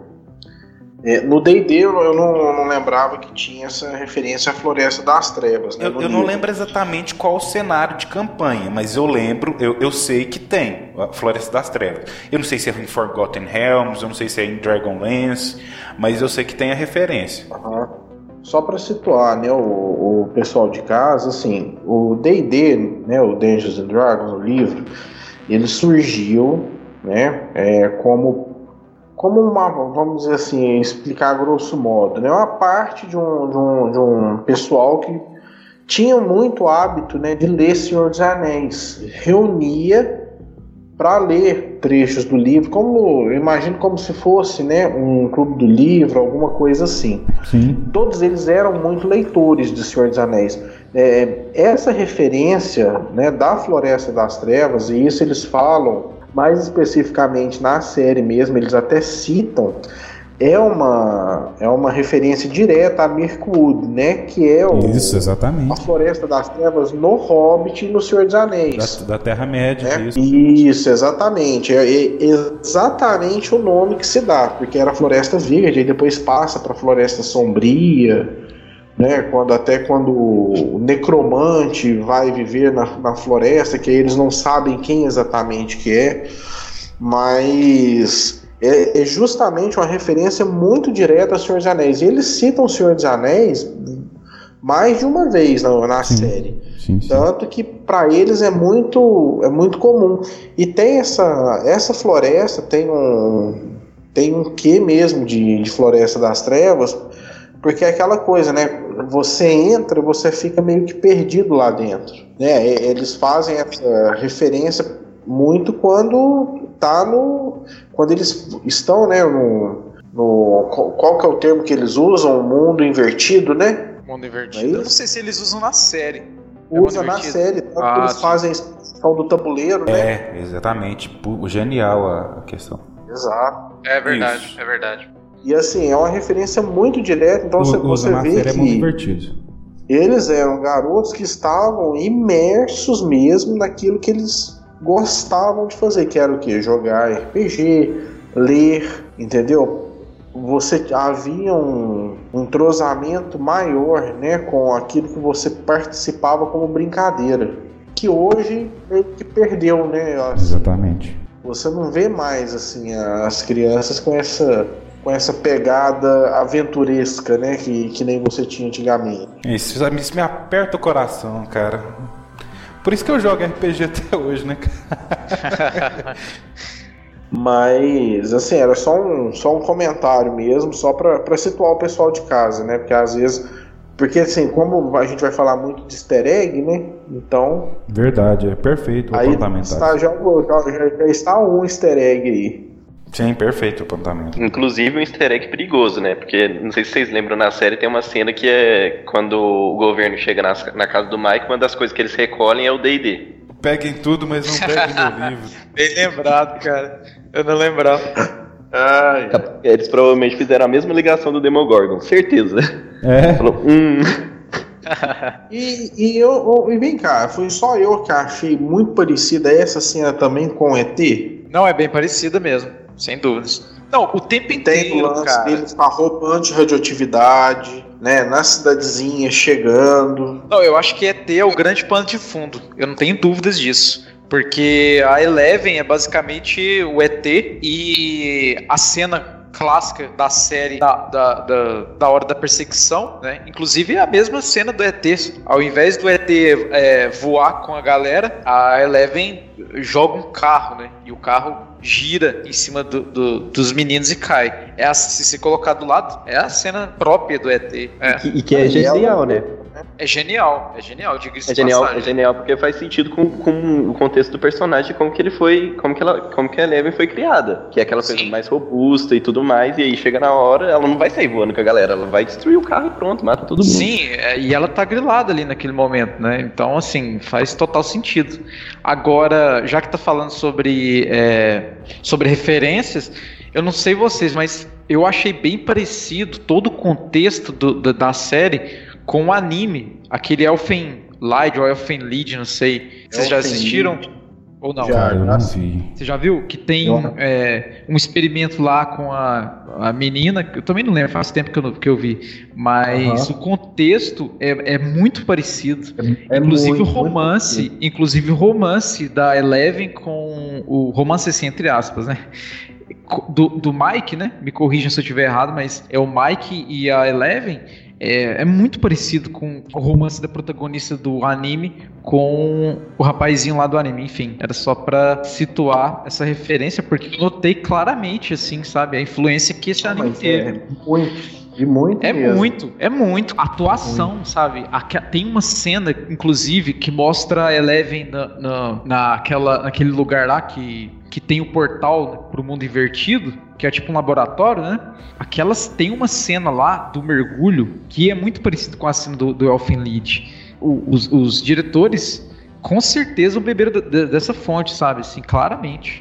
é, no D e D eu não, não lembrava que tinha essa referência à Floresta das Trevas. Né, eu eu não lembro exatamente qual o cenário de campanha, mas eu lembro, eu, eu sei que tem a Floresta das Trevas. Eu não sei se é em Forgotten Realms, eu não sei se é em Dragonlance, mas eu sei que tem a referência. Uhum. Só para situar, né, o, o pessoal de casa, assim, o D e D, né, o Dungeons and Dragons, o livro, ele surgiu, né, é, como como uma, vamos dizer assim, explicar grosso modo, né, uma parte de um, de um, de um pessoal que tinha muito hábito, né, de ler Senhor dos Anéis, reunia para ler trechos do livro, como, eu imagino como se fosse, né, um clube do livro, alguma coisa assim. Sim. Todos eles eram muito leitores de Senhor dos Anéis. É, essa referência, né, da Floresta das Trevas, e isso eles falam mais especificamente na série mesmo, eles até citam, é uma, é uma referência direta a Mirkwood, né? Que é o, isso, exatamente. a Floresta das Trevas no Hobbit e no Senhor dos Anéis. Da, da Terra-média, né? isso. Isso, exatamente. É, é exatamente o nome que se dá, porque era Floresta Verde, aí depois passa para Floresta Sombria, né? Quando, até quando o necromante vai viver na, na floresta, que aí eles não sabem quem exatamente que é, mas... É justamente uma referência muito direta ao Senhor dos Anéis. E eles citam o Senhor dos Anéis mais de uma vez na, na sim, série. Sim, sim. Tanto que para eles é muito, é muito comum. E tem essa, essa floresta, tem um, tem um quê mesmo de, de Floresta das Trevas, porque é aquela coisa, né? Você entra, você fica meio que perdido lá dentro. Né? Eles fazem essa referência muito quando tá no quando eles estão, né, no, no qual que é o termo que eles usam, o mundo invertido, né? Mundo invertido. É Eu não sei se eles usam na série. Usa é na série, tanto ah, que eles sim. fazem a explicação do tabuleiro, né? É, exatamente. Genial a questão. Exato. É verdade, Isso. é verdade. E assim, é uma referência muito direta, então você, você na vê série que é mundo invertido. Eles eram garotos que estavam imersos mesmo naquilo que eles gostavam de fazer, que era o que? Jogar R P G, ler, entendeu? Você havia um, um entrosamento maior, né, com aquilo que você participava como brincadeira, que hoje meio que perdeu, né? Assim, exatamente. Você não vê mais assim as crianças com essa com essa pegada aventuresca, né, que, que nem você tinha antigamente. Isso, isso me aperta o coração, cara. Por isso que eu jogo R P G até hoje, né? Mas, assim, era só um, só um comentário mesmo, só pra, pra situar o pessoal de casa, né? Porque às vezes... Porque, assim, como a gente vai falar muito de easter egg, né? Então... Verdade, é perfeito o aí apontamento. Está, já, já, já está um easter egg aí. Sim, perfeito o apontamento. Inclusive um easter egg perigoso, né? Porque, não sei se vocês lembram, na série tem uma cena que é quando o governo chega na, na casa do Mike, uma das coisas que eles recolhem é o D e D. Peguem tudo, mas não peguem meu livro. Bem lembrado, cara. Eu não lembrava. Ai. Eles provavelmente fizeram a mesma ligação do Demogorgon, certeza. É. Falou, hum... E, e, eu, e vem cá, foi só eu que achei muito parecida essa cena também com o E T? Não, é bem parecida mesmo, sem dúvidas. Não, o tempo inteiro, tem o lance cara. deles com a roupa anti-radioatividade, né, na cidadezinha, chegando. Não, eu acho que E T é o grande pano de fundo, eu não tenho dúvidas disso. Porque a Eleven é basicamente o E T e a cena clássica da série da, da, da, da hora da perseguição, né? Inclusive é a mesma cena do E T. Ao invés do E T é, voar com a galera, a Eleven joga um carro, né? E o carro gira em cima do, do, dos meninos e cai. É a, se se colocar do lado, é a cena própria do E T. É. E, que, e que é genial, né? É genial, é genial, diga-se é genial, passagem. É genial porque faz sentido com, com o contexto do personagem, como que ele foi, como que ela, como que a Eleven foi criada, que é aquela coisa Sim. mais robusta e tudo mais, e aí chega na hora, ela não vai sair voando com a galera, ela vai destruir o carro e pronto, mata todo mundo. Sim, e ela tá grilada ali naquele momento, né? Então, assim, faz total sentido. Agora, já que tá falando sobre, é, sobre referências, eu não sei vocês, mas eu achei bem parecido todo o contexto do, da, da série com o anime, aquele Elfen Lied ou Elfen Lied, não sei. Vocês já assistiram? Ou não? Já, eu não vi. Você já viu? Que tem é, um experimento lá com a, a menina, eu também não lembro, faz tempo que eu, que eu vi, mas uh-huh. o contexto é, é muito parecido. É, é inclusive muito, o romance, inclusive o romance da Eleven com o romance assim, entre aspas, né? Do, do Mike, né? Me corrijam se eu estiver errado, mas é o Mike e a Eleven. É, é muito parecido com o romance da protagonista do anime com o rapazinho lá do anime. Enfim, era só pra situar essa referência, porque eu notei claramente, assim, sabe, a influência que esse ah, anime teve. É muito, de muito É mesmo. muito, é muito. Atuação, muito. Sabe? Tem uma cena, inclusive, que mostra a Eleven na, na, naquela, naquele lugar lá que... que tem o portal, né, pro mundo invertido, que é tipo um laboratório, né? Aquelas tem uma cena lá do mergulho que é muito parecido com a cena do, do Elfen Lied. O, os, os diretores com certeza beberam d- d- dessa fonte, sabe? Assim, claramente.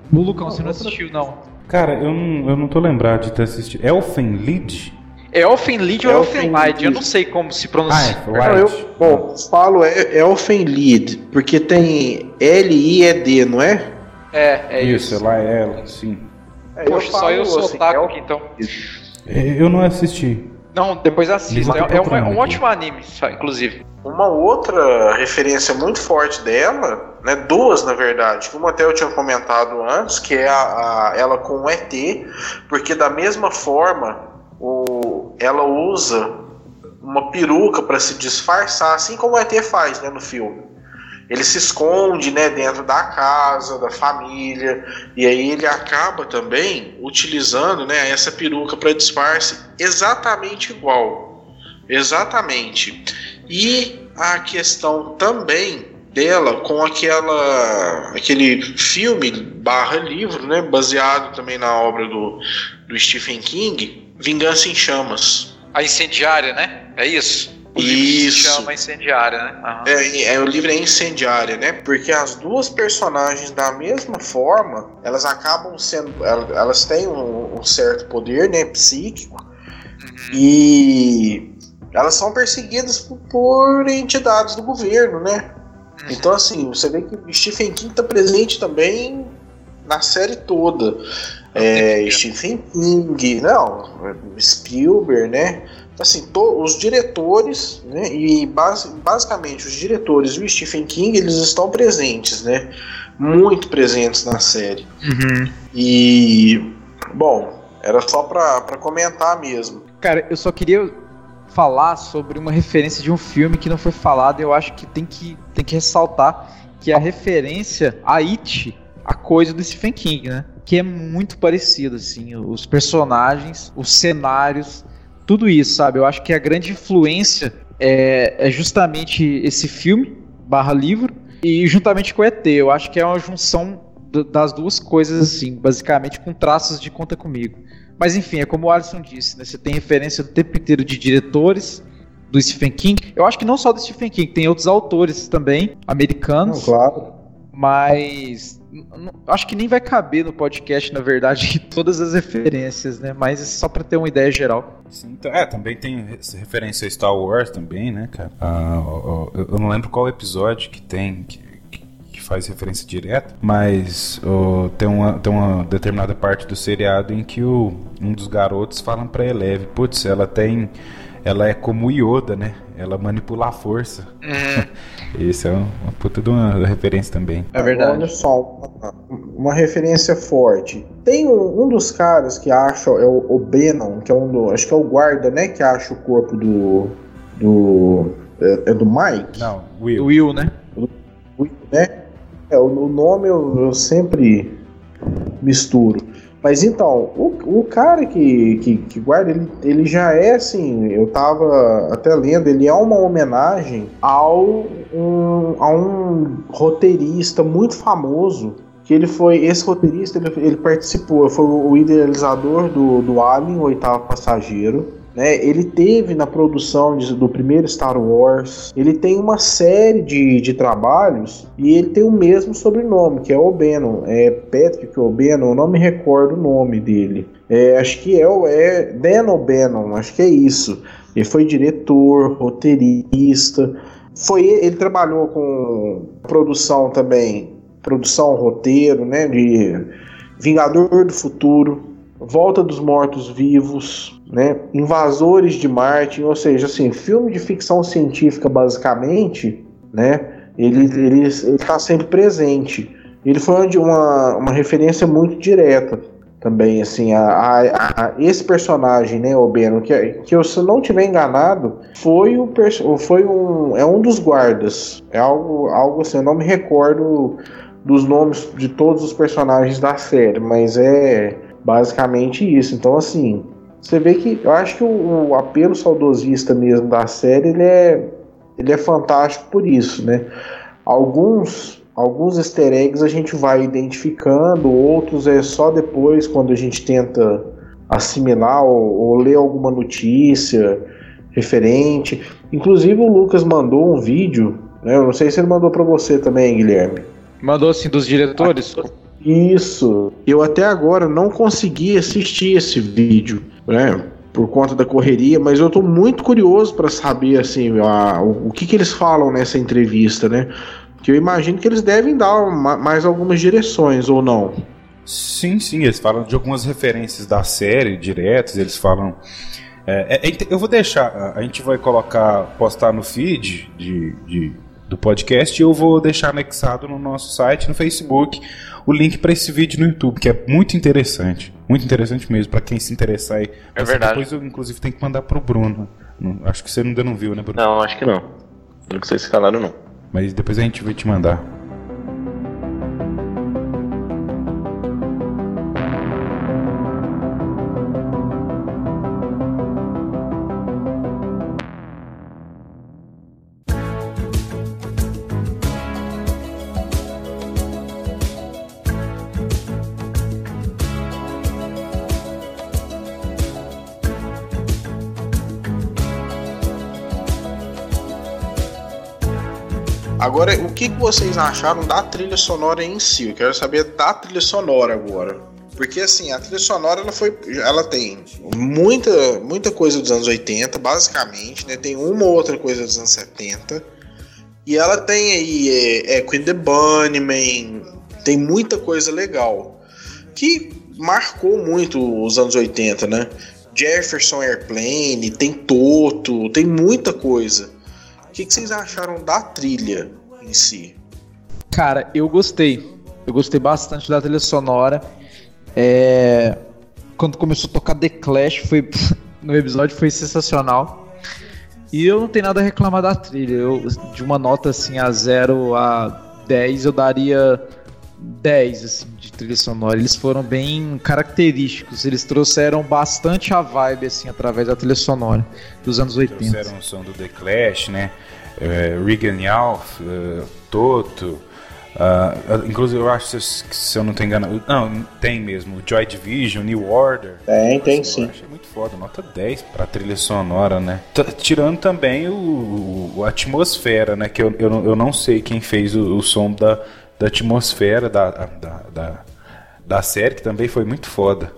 O Lucão, você não assistiu, não? Cara, eu não, eu não tô lembrado de ter assistido. Elfenlied? É Elfenlied ou Elfenlied. Elfenlied? Eu não sei como se pronuncia. Ah, é Não, eu, Light. bom, falo é Elfenlied, porque tem L I E D, não é? É, é Isso, isso. lá é ela, sim. É, Poxa, só eu sou assim, otaku El- aqui, então. É, Eu não assisti. Não, depois assista. Eles É, é um, é procurando um aqui. ótimo anime, só, inclusive. Uma outra referência muito forte dela, né, duas na verdade, que uma até eu tinha comentado antes, que é a, a- ela com o E T, porque da mesma forma o, ela usa uma peruca para se disfarçar, assim como o E T faz, né, no filme. Ele se esconde, né, dentro da casa, da família, e aí ele acaba também utilizando, né, essa peruca para disfarce exatamente igual. Exatamente. E a questão também dela com aquela aquele filme barra livro, né, baseado também na obra do, do Stephen King, Vingança em Chamas. A incendiária, né? É isso? O livro se Isso. chama Incendiária, né? Aham. É, é, o livro é incendiária, né? Porque as duas personagens, da mesma forma, elas acabam sendo. Elas, elas têm um, um certo poder, né? Psíquico. E elas são perseguidas por, por entidades do governo, né? Então, assim, você vê que o Stephen King está presente também na série toda. É, Stephen King, não, Spielberg, né? Assim, to, os diretores, né? E base, basicamente os diretores e o Stephen King, eles estão presentes, né? Muito presentes na série. Uhum. E, bom, era só pra, pra comentar mesmo. Cara, eu só queria falar sobre uma referência de um filme que não foi falado e eu acho que tem que, tem que ressaltar, que é a referência a It, a coisa do Stephen King, né? Que é muito parecido, assim, os personagens, os cenários, tudo isso, sabe? Eu acho que a grande influência é, é justamente esse filme, barra livro, e juntamente com o E T. Eu acho que é uma junção d- das duas coisas, assim, basicamente com traços de Conta Comigo. Mas enfim, é como o Alisson disse, né? Você tem referência do tempo inteiro de diretores do Stephen King. Eu acho que não só do Stephen King, tem outros autores também, americanos. Não, claro. Mas n- n- acho que nem vai caber no podcast, na verdade, todas as referências, né? Mas é só pra ter uma ideia geral. Sim, então, é, também tem re- referência a Star Wars também, né, cara? Ah, ó, ó, eu eu não lembro qual episódio que tem, que, que- que faz referência direta, mas ó, tem, uma, tem uma determinada parte do seriado em que o, um dos garotos fala pra Eleve, putz, ela tem... Ela é como o Yoda, né? Ela manipula a força. Esse é um- uma puta de uma referência também. É verdade. Olha só, uma, uma referência forte. Tem um, um dos caras que acha, é o, o Bannon, que é um do. Acho que é o guarda, né? Que acha o corpo do. do. É, é do Mike? Não, Will. Will, né? Né? É, o, o nome eu, eu sempre misturo. Mas então, o, o cara que, que, que guarda, ele, ele já é assim, eu tava até lendo, ele é uma homenagem ao um, a um roteirista muito famoso, que ele foi, esse roteirista, ele, ele participou, foi o idealizador do, do Alien, o Oitavo Passageiro, né? Ele teve na produção de, do primeiro Star Wars, ele tem uma série de, de trabalhos e ele tem o mesmo sobrenome, que é O'Bannon, é Patrick O'Bannon, eu não me recordo o nome dele, é, acho que é, é Dan O'Bannon, acho que é isso. Ele foi diretor, roteirista, foi, ele trabalhou com produção também, produção, roteiro, né, de Vingador do Futuro, Volta dos Mortos-Vivos, né? Invasores de Marte, ou seja, assim, filme de ficção científica basicamente, né? Ele ele está sempre presente. Ele foi uma, uma referência muito direta também, assim, a, a, a esse personagem, né, o Bannon, que, que eu, se eu não tiver enganado, foi o foi um é um dos guardas. É algo algo assim, eu não me recordo dos nomes de todos os personagens da série, mas é basicamente isso. Então, assim, você vê que eu acho que o, o apelo saudosista mesmo da série, ele é, ele é fantástico por isso, né? Alguns, alguns easter eggs a gente vai identificando, outros é só depois, quando a gente tenta assimilar ou, ou ler alguma notícia referente. Inclusive o Lucas mandou um vídeo, né? Eu não sei se ele mandou para você também, Guilherme. Mandou assim dos diretores? Isso. Eu até agora não consegui assistir esse vídeo, né? Por conta da correria, mas eu tô muito curioso para saber assim, a, o, o que, que eles falam nessa entrevista, né? Que eu imagino que eles devem dar uma, mais algumas direções, ou não? Sim, sim, eles falam de algumas referências da série diretas, eles falam... É, é, eu vou deixar, a gente vai colocar, postar no feed de, de, do podcast e eu vou deixar anexado no nosso site, no Facebook, o link para esse vídeo no YouTube, que é muito interessante, muito interessante mesmo, para quem se interessar aí. É verdade. Depois eu, inclusive, tenho que mandar pro Bruno. Não, acho que você ainda não viu, né, Bruno? Não, acho que não. Não sei se falaram, não. Mas depois a gente vai te mandar. Agora, o que, que vocês acharam da trilha sonora em si? Eu quero saber da trilha sonora agora. Porque assim, a trilha sonora ela foi, ela tem muita, muita coisa dos anos oitenta, basicamente, né? Tem uma ou outra coisa dos anos setenta. E ela tem aí é, é, Queen the Bunnyman, tem muita coisa legal. Que marcou muito os anos oitenta, né? Jefferson Airplane, tem Toto, tem muita coisa. O que, que vocês acharam da trilha em si? Cara, eu gostei. Eu gostei bastante da trilha sonora. É... Quando começou a tocar The Clash, foi... no episódio foi sensacional. E eu não tenho nada a reclamar da trilha. Eu, de uma nota assim, a zero a dez, eu daria dez assim, de trilha sonora. Eles foram bem característicos. Eles trouxeram bastante a vibe assim, através da trilha sonora dos anos oitenta. Trouxeram o som do The Clash, né? Uh, Regan Yalf, uh, Toto, uh, inclusive eu acho que se, se eu não tenho enganado, não, tem mesmo, Joy Division, New Order. Tem, tem assim, sim. Eu achei muito foda, nota dez pra trilha sonora, né? T- tirando também o, o a atmosfera, né? Que eu, eu, não, eu não sei quem fez o, o som da, da atmosfera da, da, da, da série, que também foi muito foda.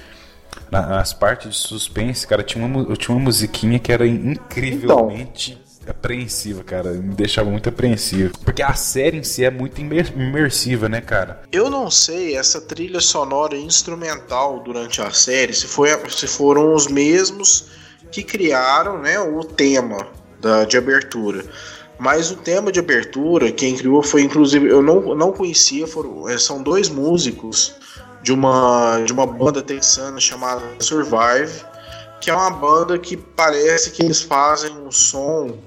Nas partes de suspense, cara, tinha uma, tinha uma musiquinha que era incrivelmente... Então, apreensiva, cara, me deixava muito apreensivo, porque a série em si é muito imer- imersiva, né, cara? Eu não sei essa trilha sonora instrumental durante a série se, foi, se foram os mesmos que criaram, né, o tema da, de abertura, mas o tema de abertura quem criou foi, inclusive, eu não, não conhecia, foram, são dois músicos de uma, de uma banda texana chamada Survive, que é uma banda que parece que eles fazem um som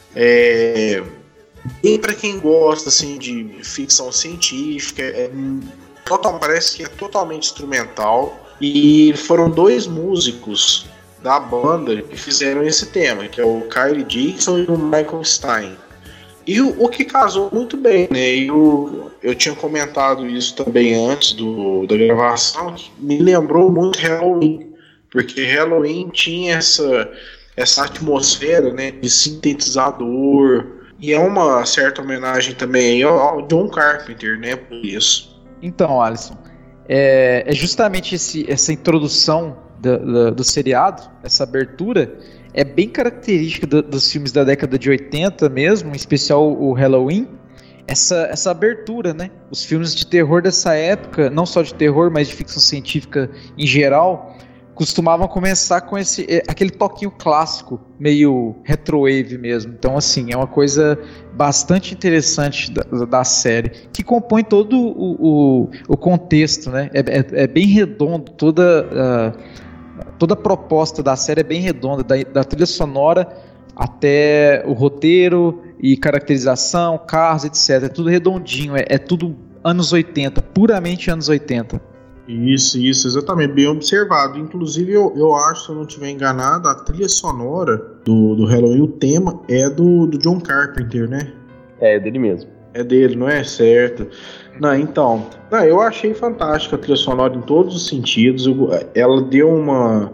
É, e para quem gosta assim, de ficção científica, é, total, parece que é totalmente instrumental. E foram dois músicos da banda que fizeram esse tema, que é o Kyle Dixon e o Michael Stein. E o, o que casou muito bem, né? Eu, eu tinha comentado isso também antes do, da gravação, que me lembrou muito Halloween, porque Halloween tinha essa essa atmosfera, né, de sintetizador, e é uma certa homenagem também ao John Carpenter, né, por isso. Então, Alisson, é, é justamente esse, essa introdução do, do, do seriado, essa abertura, é bem característica do, dos filmes da década de oitenta mesmo, em especial o Halloween, essa, essa abertura, né, os filmes de terror dessa época, não só de terror, mas de ficção científica em geral, costumavam começar com esse, aquele toquinho clássico, meio retrowave mesmo. Então, assim, é uma coisa bastante interessante da, da série, que compõe todo o, o, o contexto, né? É, é, é bem redondo, toda, uh, toda a proposta da série é bem redonda, da, da trilha sonora até o roteiro e caracterização, carros, etcétera. É tudo redondinho, é, é tudo anos oitenta, puramente anos oitenta. Isso, isso, exatamente, bem observado. Inclusive, eu, eu acho, se eu não estiver enganado, a trilha sonora do, do Halloween, o tema é do, do John Carpenter, né? É, é dele mesmo. É dele, não é? Certo. Não, então, não, eu achei fantástica a trilha sonora em todos os sentidos. Eu, ela deu uma,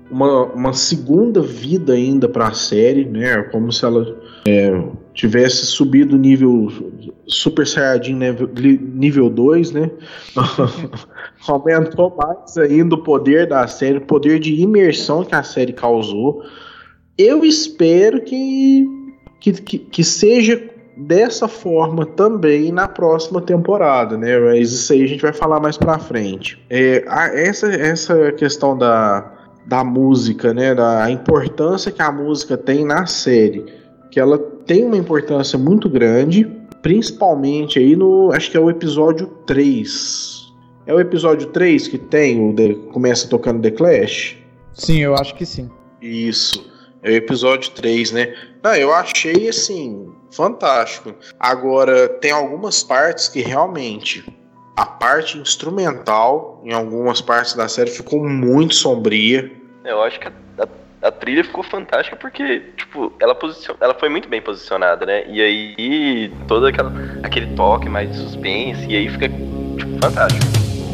uma, uma segunda vida ainda para a série, né? Como se ela é, tivesse subido nível Super Saiyajin nível dois, né? Aumentou mais ainda o poder da série, o poder de imersão que a série causou. Eu espero que, que, que, que seja dessa forma também na próxima temporada, né? Mas isso aí a gente vai falar mais pra frente. É, a, essa, essa questão da, da música, né? Da importância que a música tem na série, que ela tem uma importância muito grande, principalmente aí no, acho que é o episódio três. É o episódio três que tem, o The, começa tocando The Clash? Sim, eu acho que sim. Isso, é o episódio três, né? Não, eu achei, assim, fantástico. Agora, tem algumas partes que realmente, a parte instrumental, em algumas partes da série, ficou muito sombria. Eu acho que a, a, a trilha ficou fantástica porque, tipo, ela, posicion... ela foi muito bem posicionada, né? E aí, todo aquela, aquele toque mais de suspense, e aí fica, tipo, fantástico.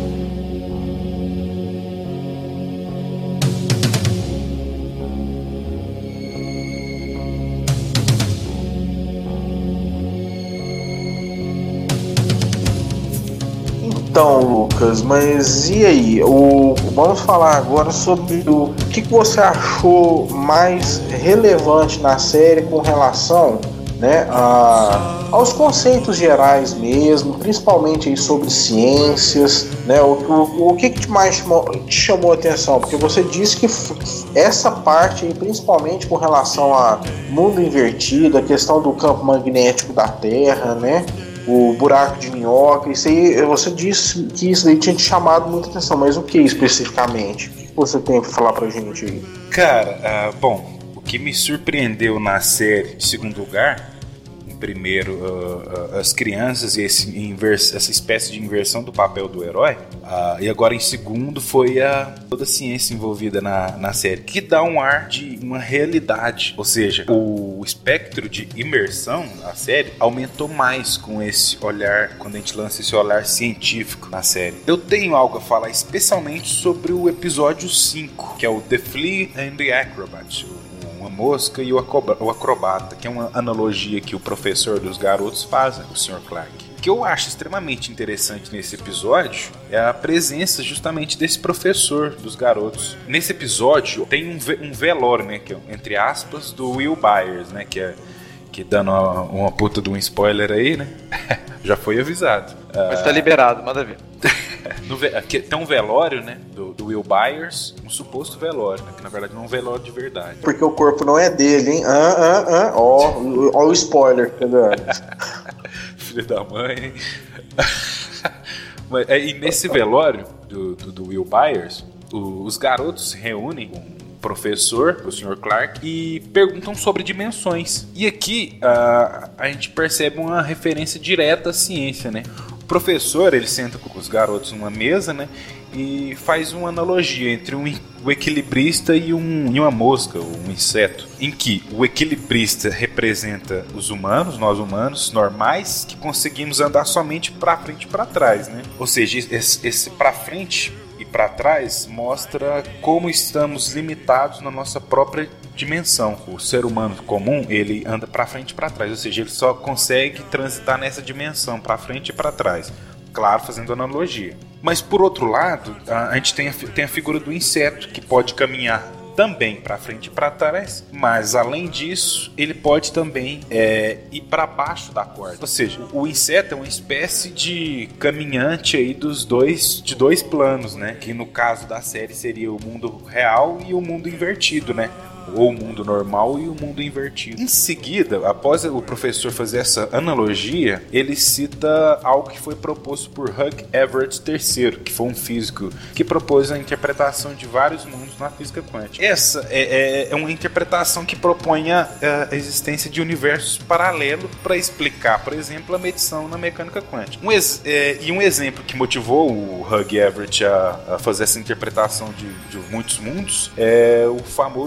Então, Lucas, mas e aí? O, vamos falar agora sobre o que, que você achou mais relevante na série com relação, né, a, aos conceitos gerais mesmo, principalmente aí sobre ciências, né? O, o, o que, que mais chamou, te chamou a atenção? Porque você disse que essa parte aí, principalmente com relação a mundo invertido, a questão do campo magnético da Terra, né? O buraco de minhoca, isso aí, você disse que isso aí tinha te chamado muita atenção, mas o que especificamente? O que você tem para falar pra gente aí? Cara, uh, bom, o que me surpreendeu na série, de segundo lugar, em primeiro, uh, uh, as crianças e esse invers- essa espécie de inversão do papel do herói, uh, e agora em segundo foi a, toda a ciência envolvida na, na série, que dá um ar de uma realidade, ou seja, o espectro de imersão na série aumentou mais com esse olhar, quando a gente lança esse olhar científico na série. Eu tenho algo a falar especialmente sobre o episódio cinco, que é o The Flea and the Acrobat, uma mosca e o acrobata, que é uma analogia que o professor dos garotos faz, o senhor Clark. O que eu acho extremamente interessante nesse episódio é a presença justamente desse professor dos garotos. Nesse episódio tem um, ve- um velório, né, que é, entre aspas, do Will Byers, né, que é que dando uma, uma puta de um spoiler aí, né? Já foi avisado. Mas tá liberado, manda ver. No ve- tem um velório, né, do, do Will Byers, um suposto velório, né, que na verdade não é um velório de verdade. Porque o corpo não é dele, hein? Ah, ah, ah. Ó, ó o spoiler, entendeu? Filho da mãe. Mas, é, e nesse velório do, do, do Will Byers, o, os garotos se reúnem com o professor, o senhor Clark, e perguntam sobre dimensões. E aqui uh, a gente percebe uma referência direta à ciência, né? O professor, ele senta com os garotos numa mesa, né, e faz uma analogia entre um, o equilibrista e, um, e uma mosca, um inseto, em que o equilibrista representa os humanos, nós humanos, normais, que conseguimos andar somente para frente e para trás, né? Ou seja, esse, esse para frente e para trás mostra como estamos limitados na nossa própria dimensão. O ser humano comum, ele anda para frente e para trás, ou seja, ele só consegue transitar nessa dimensão, para frente e para trás. Claro, fazendo analogia. Mas por outro lado, a gente tem a, tem a figura do inseto, que pode caminhar também para frente e para trás, mas além disso, ele pode também é, ir para baixo da corda. Ou seja, o inseto é uma espécie de caminhante aí dos dois, de dois planos, né? Que no caso da série seria o mundo real e o mundo invertido, né? Ou o mundo normal e o mundo invertido. Em seguida, após o professor fazer essa analogia, ele cita algo que foi proposto por Hugh Everett terceiro, que foi um físico que propôs a interpretação de vários mundos na física quântica. Essa é, é, é uma interpretação que propõe a, a existência de universos paralelos para explicar, por exemplo, a medição na mecânica quântica. Um ex, é, e um exemplo que motivou o Hugh Everett a, a fazer essa interpretação de, de muitos mundos é o famoso experimento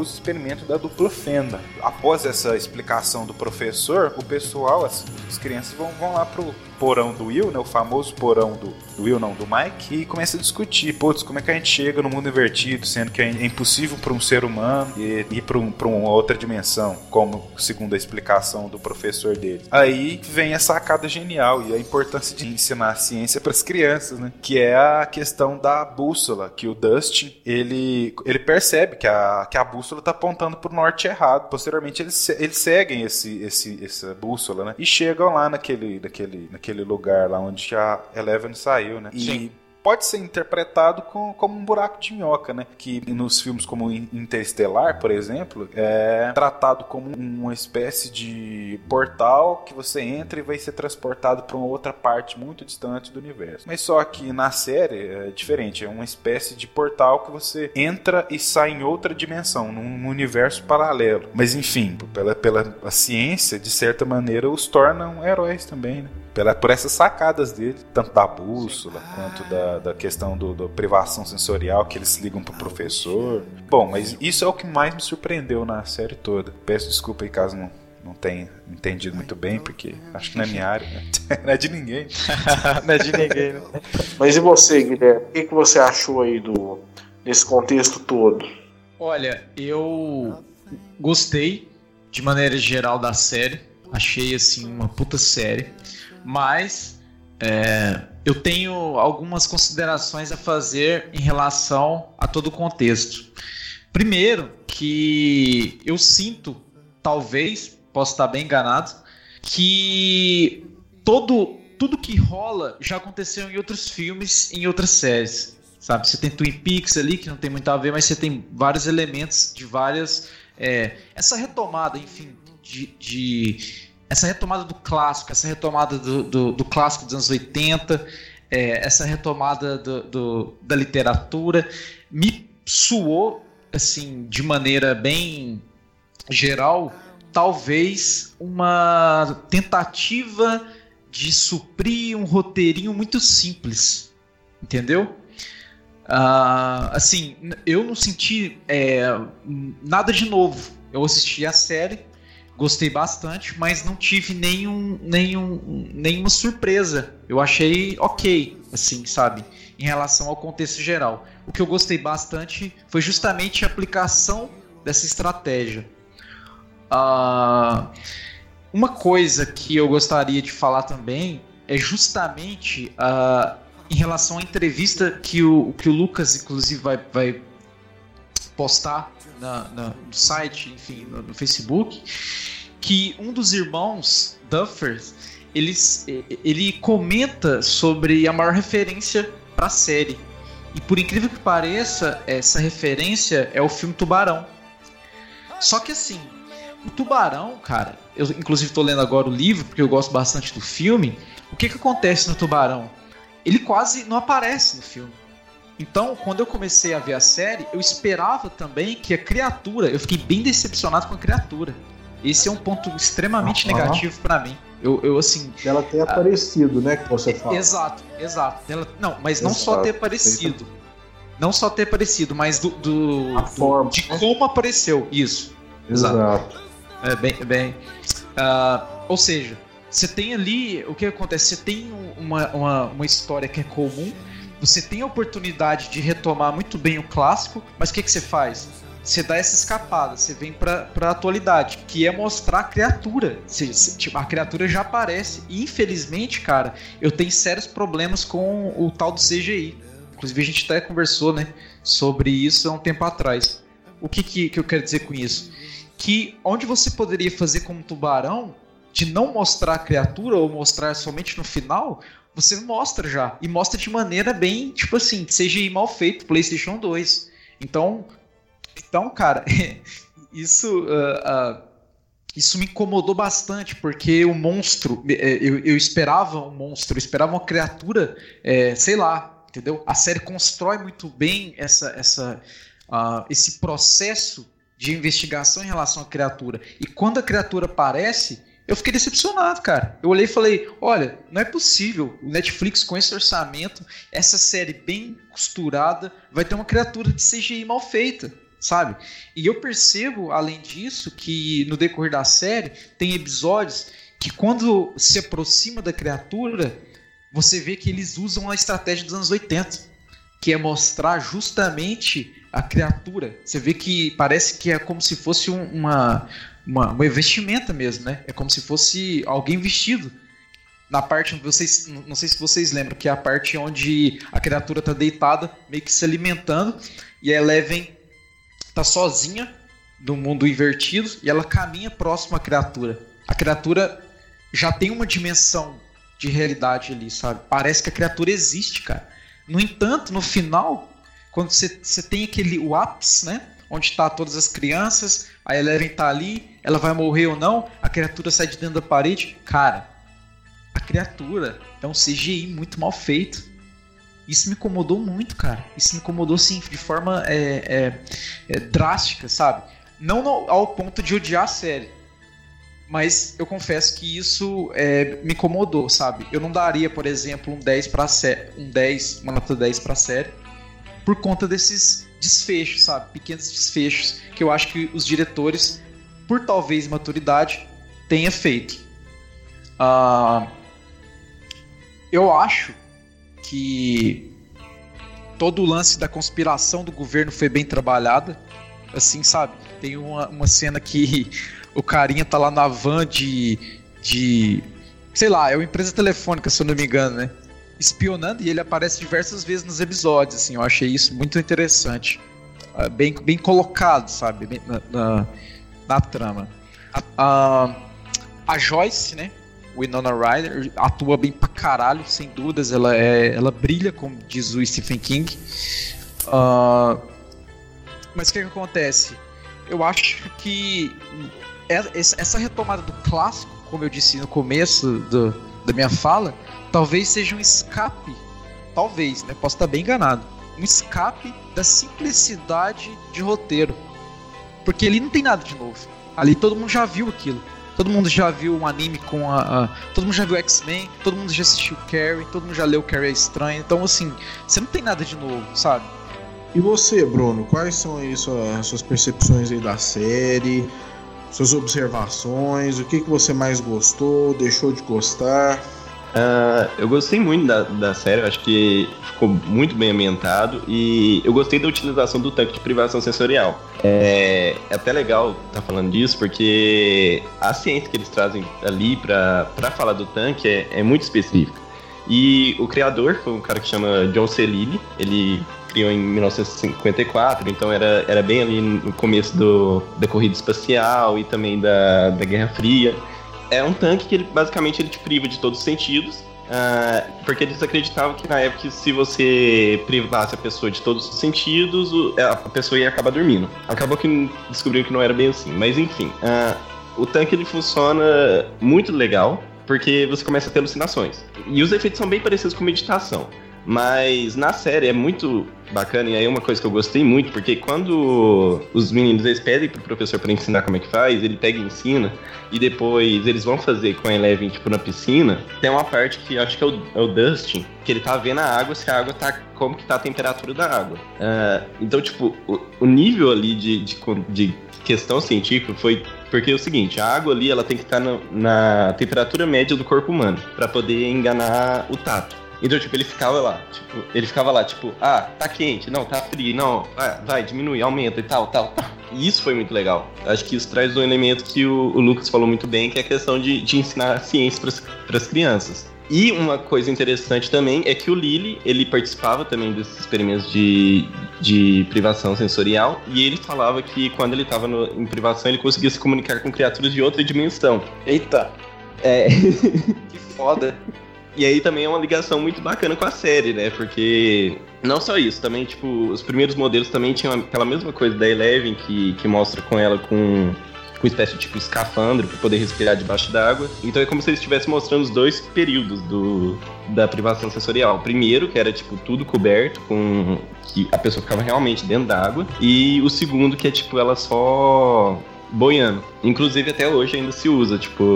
aparecimento da dupla Fenda. Após essa explicação do professor, o pessoal, as, as crianças vão, vão lá pro porão do Will, né, o famoso porão do, do Will, não, do Mike, e começa a discutir, putz, como é que a gente chega no mundo invertido, sendo que é impossível para um ser humano ir, ir para um, uma outra dimensão, como segundo a explicação do professor dele. Aí vem a sacada genial e a importância de ensinar a ciência para as crianças, né, que é a questão da bússola, que o Dustin, ele, ele percebe que a, que a bússola está apontando para o norte errado. Posteriormente eles, eles seguem esse, esse, essa bússola, né, e chegam lá naquele, naquele, naquele aquele lugar lá onde a Eleven saiu, né? Sim. E pode ser interpretado com, como um buraco de minhoca, né? Que nos filmes como Interestelar, por exemplo, é tratado como uma espécie de portal que você entra e vai ser transportado para uma outra parte muito distante do universo. Mas só que na série é diferente, é uma espécie de portal que você entra e sai em outra dimensão, num universo paralelo. Mas enfim, pela, pela a ciência, de certa maneira, os tornam heróis também, né? Pela, por essas sacadas dele, tanto da bússola quanto da, da questão do, do privação sensorial, que eles ligam pro professor. Bom, mas isso é o que mais me surpreendeu na série toda. Peço desculpa aí caso não, não tenha entendido muito bem, porque acho que não é minha área, né? Não é de ninguém. Não é de ninguém, né? Mas e você, Guilherme? O que, que você achou aí do, desse contexto todo? Olha, eu gostei de maneira geral da série. Achei assim uma puta série. Mas é, eu tenho algumas considerações a fazer em relação a todo o contexto. Primeiro, que eu sinto, talvez, posso estar bem enganado, que todo, tudo que rola já aconteceu em outros filmes, em outras séries. Sabe? Você tem Twin Peaks ali, que não tem muito a ver, mas você tem vários elementos de várias... É, essa retomada, enfim, de... de essa retomada do clássico, essa retomada do, do, do clássico dos anos oitenta, é, essa retomada do, do, da literatura, me soou, assim, de maneira bem geral, talvez uma tentativa de suprir um roteirinho muito simples, entendeu? Uh, assim, eu não senti é, nada de novo. Eu assisti a série, gostei bastante, mas não tive nenhum, nenhum, nenhuma surpresa. Eu achei ok, assim, sabe? Em relação ao contexto geral. O que eu gostei bastante foi justamente a aplicação dessa estratégia. Uh, uma coisa que eu gostaria de falar também é justamente uh, em relação à entrevista que o, que o Lucas, inclusive, vai, vai postar Na, na, no site, enfim, no, no Facebook, que um dos irmãos Duffers, ele, ele comenta sobre a maior referência para a série. E por incrível que pareça, essa referência é o filme Tubarão. Só que assim, o Tubarão, cara, eu inclusive estou lendo agora o livro, porque eu gosto bastante do filme. O que, que acontece no Tubarão? Ele quase não aparece no filme. Então, quando eu comecei a ver a série, eu esperava também que a criatura... Eu fiquei bem decepcionado com a criatura. Esse é um ponto extremamente uhum. negativo pra mim. Eu, eu assim... Ela ter aparecido, né, que você fala. Exato, exato. Ela, não, mas não exato. só ter aparecido. Não só ter aparecido, mas do... do, a do forma, de né? como apareceu. Isso. Exato. exato. É, bem... bem uh, ou seja, você tem ali... O que acontece? Você tem uma, uma, uma história que é comum. Você tem a oportunidade de retomar muito bem o clássico, mas o que, que você faz? Você dá essa escapada, você vem pra, pra atualidade, que é mostrar a criatura. Você, você, tipo, a criatura já aparece. E infelizmente, cara, eu tenho sérios problemas com o tal do C G I. Inclusive a gente até conversou, né, sobre isso há um tempo atrás. O que, que, que eu quero dizer com isso? Que onde você poderia fazer como Tubarão, de não mostrar a criatura ou mostrar somente no final... Você mostra já, e mostra de maneira bem, tipo assim, C G I mal feito, PlayStation dois. Então, então cara, isso, uh, uh, isso me incomodou bastante, porque o monstro, eu, eu esperava um monstro, eu esperava uma criatura, é, sei lá, entendeu? A série constrói muito bem essa, essa, uh, esse processo de investigação em relação à criatura. E quando a criatura aparece... Eu fiquei decepcionado, cara. Eu olhei e falei, olha, não é possível. O Netflix com esse orçamento, essa série bem costurada, vai ter uma criatura de C G I mal feita. sabe? E eu percebo, além disso, que no decorrer da série tem episódios que quando se aproxima da criatura, você vê que eles usam a estratégia dos anos oitenta, que é mostrar justamente a criatura. Você vê que parece que é como se fosse um, uma, uma, uma vestimenta mesmo, né? É como se fosse alguém vestido. Na parte onde vocês, não sei se vocês lembram, que é a parte onde a criatura tá deitada, meio que se alimentando, e a Eleven tá sozinha no mundo invertido, e ela caminha próximo à criatura. A criatura já tem uma dimensão de realidade ali, sabe? Parece que a criatura existe, cara. No entanto, no final, quando você, você tem aquele o ápice, né? Onde tá todas as crianças, a Eleven tá ali, ela vai morrer ou não, a criatura sai de dentro da parede. Cara, a criatura é um C G I muito mal feito. Isso me incomodou muito, cara. Isso me incomodou, assim, de forma é, é, é, drástica, sabe? Não no, ao ponto de odiar a série. Mas eu confesso que isso é, me incomodou, sabe? Eu não daria, por exemplo, um dez pra série, um dez, uma nota dez pra série, por conta desses desfechos, sabe? Pequenos desfechos que eu acho que os diretores, por talvez maturidade, tenha feito. Uh, eu acho que todo o lance da conspiração do governo foi bem trabalhada. Assim, sabe? Tem uma, uma cena que o carinha tá lá na van de, de... sei lá, é uma empresa telefônica, se eu não me engano, né? Espionando, e ele aparece diversas vezes nos episódios, assim. Eu achei isso muito interessante. Uh, bem, bem colocado, sabe? Bem, na, na, na trama. A, a, a Joyce, né? Winona Ryder atua bem pra caralho, sem dúvidas. Ela, é, ela brilha, como diz o Stephen King. Uh, mas o que, que acontece? Eu acho que essa retomada do clássico, como eu disse no começo do, da minha fala, talvez seja um escape, talvez, né? Posso estar bem enganado, um escape da simplicidade de roteiro, porque ali não tem nada de novo. Ali todo mundo já viu aquilo. Todo mundo já viu um anime com a, a... todo mundo já viu X-Men, todo mundo já assistiu Carrie, todo mundo já leu Carrie é Estranha. Então, assim, você não tem nada de novo, sabe? E você, Bruno, quais são aí suas, suas percepções aí da série, suas observações, o que, que você mais gostou, deixou de gostar? Uh, eu gostei muito da, da série, eu acho que ficou muito bem ambientado e eu gostei da utilização do tanque de privação sensorial. É, é até legal estar tá falando disso, porque a ciência que eles trazem ali pra, pra falar do tanque é, é muito específica. E o criador foi um cara que chama John Celili, ele criou em mil novecentos e cinquenta e quatro, então era, era bem ali no começo do, da corrida espacial e também da, da Guerra Fria. É um tanque que ele, basicamente ele te priva de todos os sentidos, uh, porque eles acreditavam que na época se você privasse a pessoa de todos os sentidos, a pessoa ia acabar dormindo. Acabou que descobriram que não era bem assim, mas enfim. Uh, o tanque ele funciona muito legal, porque você começa a ter alucinações. E os efeitos são bem parecidos com meditação. Mas na série é muito bacana, e aí é uma coisa que eu gostei muito, porque quando os meninos eles pedem pro professor para ensinar como é que faz, ele pega e ensina, e depois eles vão fazer com a Eleven, tipo, na piscina, tem uma parte que acho que é o, é o Dustin, que ele tá vendo a água, se a água tá, como que tá a temperatura da água. Uh, então, tipo, o, o nível ali de, de, de questão científica foi porque é o seguinte, a água ali, ela tem que estar tá na, na temperatura média do corpo humano, para poder enganar o tato. Então, tipo, ele ficava lá, tipo, ele ficava lá, tipo, ah, tá quente, não, tá frio, não, vai, vai diminui, aumenta e tal, tal, tal. E isso foi muito legal. Acho que isso traz um elemento que o, o Lucas falou muito bem, que é a questão de, de ensinar a ciência para as crianças. E uma coisa interessante também é que o Lily, ele participava também desses experimentos de, de privação sensorial, e ele falava que quando ele estava em privação, ele conseguia se comunicar com criaturas de outra dimensão. Eita! É... que foda! E aí também é uma ligação muito bacana com a série, né? Porque não só isso, também, tipo, os primeiros modelos também tinham aquela mesma coisa da Eleven, que, que mostra com ela com, com uma espécie de tipo escafandro para poder respirar debaixo d'água. Então é como se eles estivessem mostrando os dois períodos do, da privação sensorial. O primeiro, que era tipo tudo coberto, com que a pessoa ficava realmente dentro da água. E o segundo, que é tipo ela só boiando. Inclusive até hoje ainda se usa, tipo...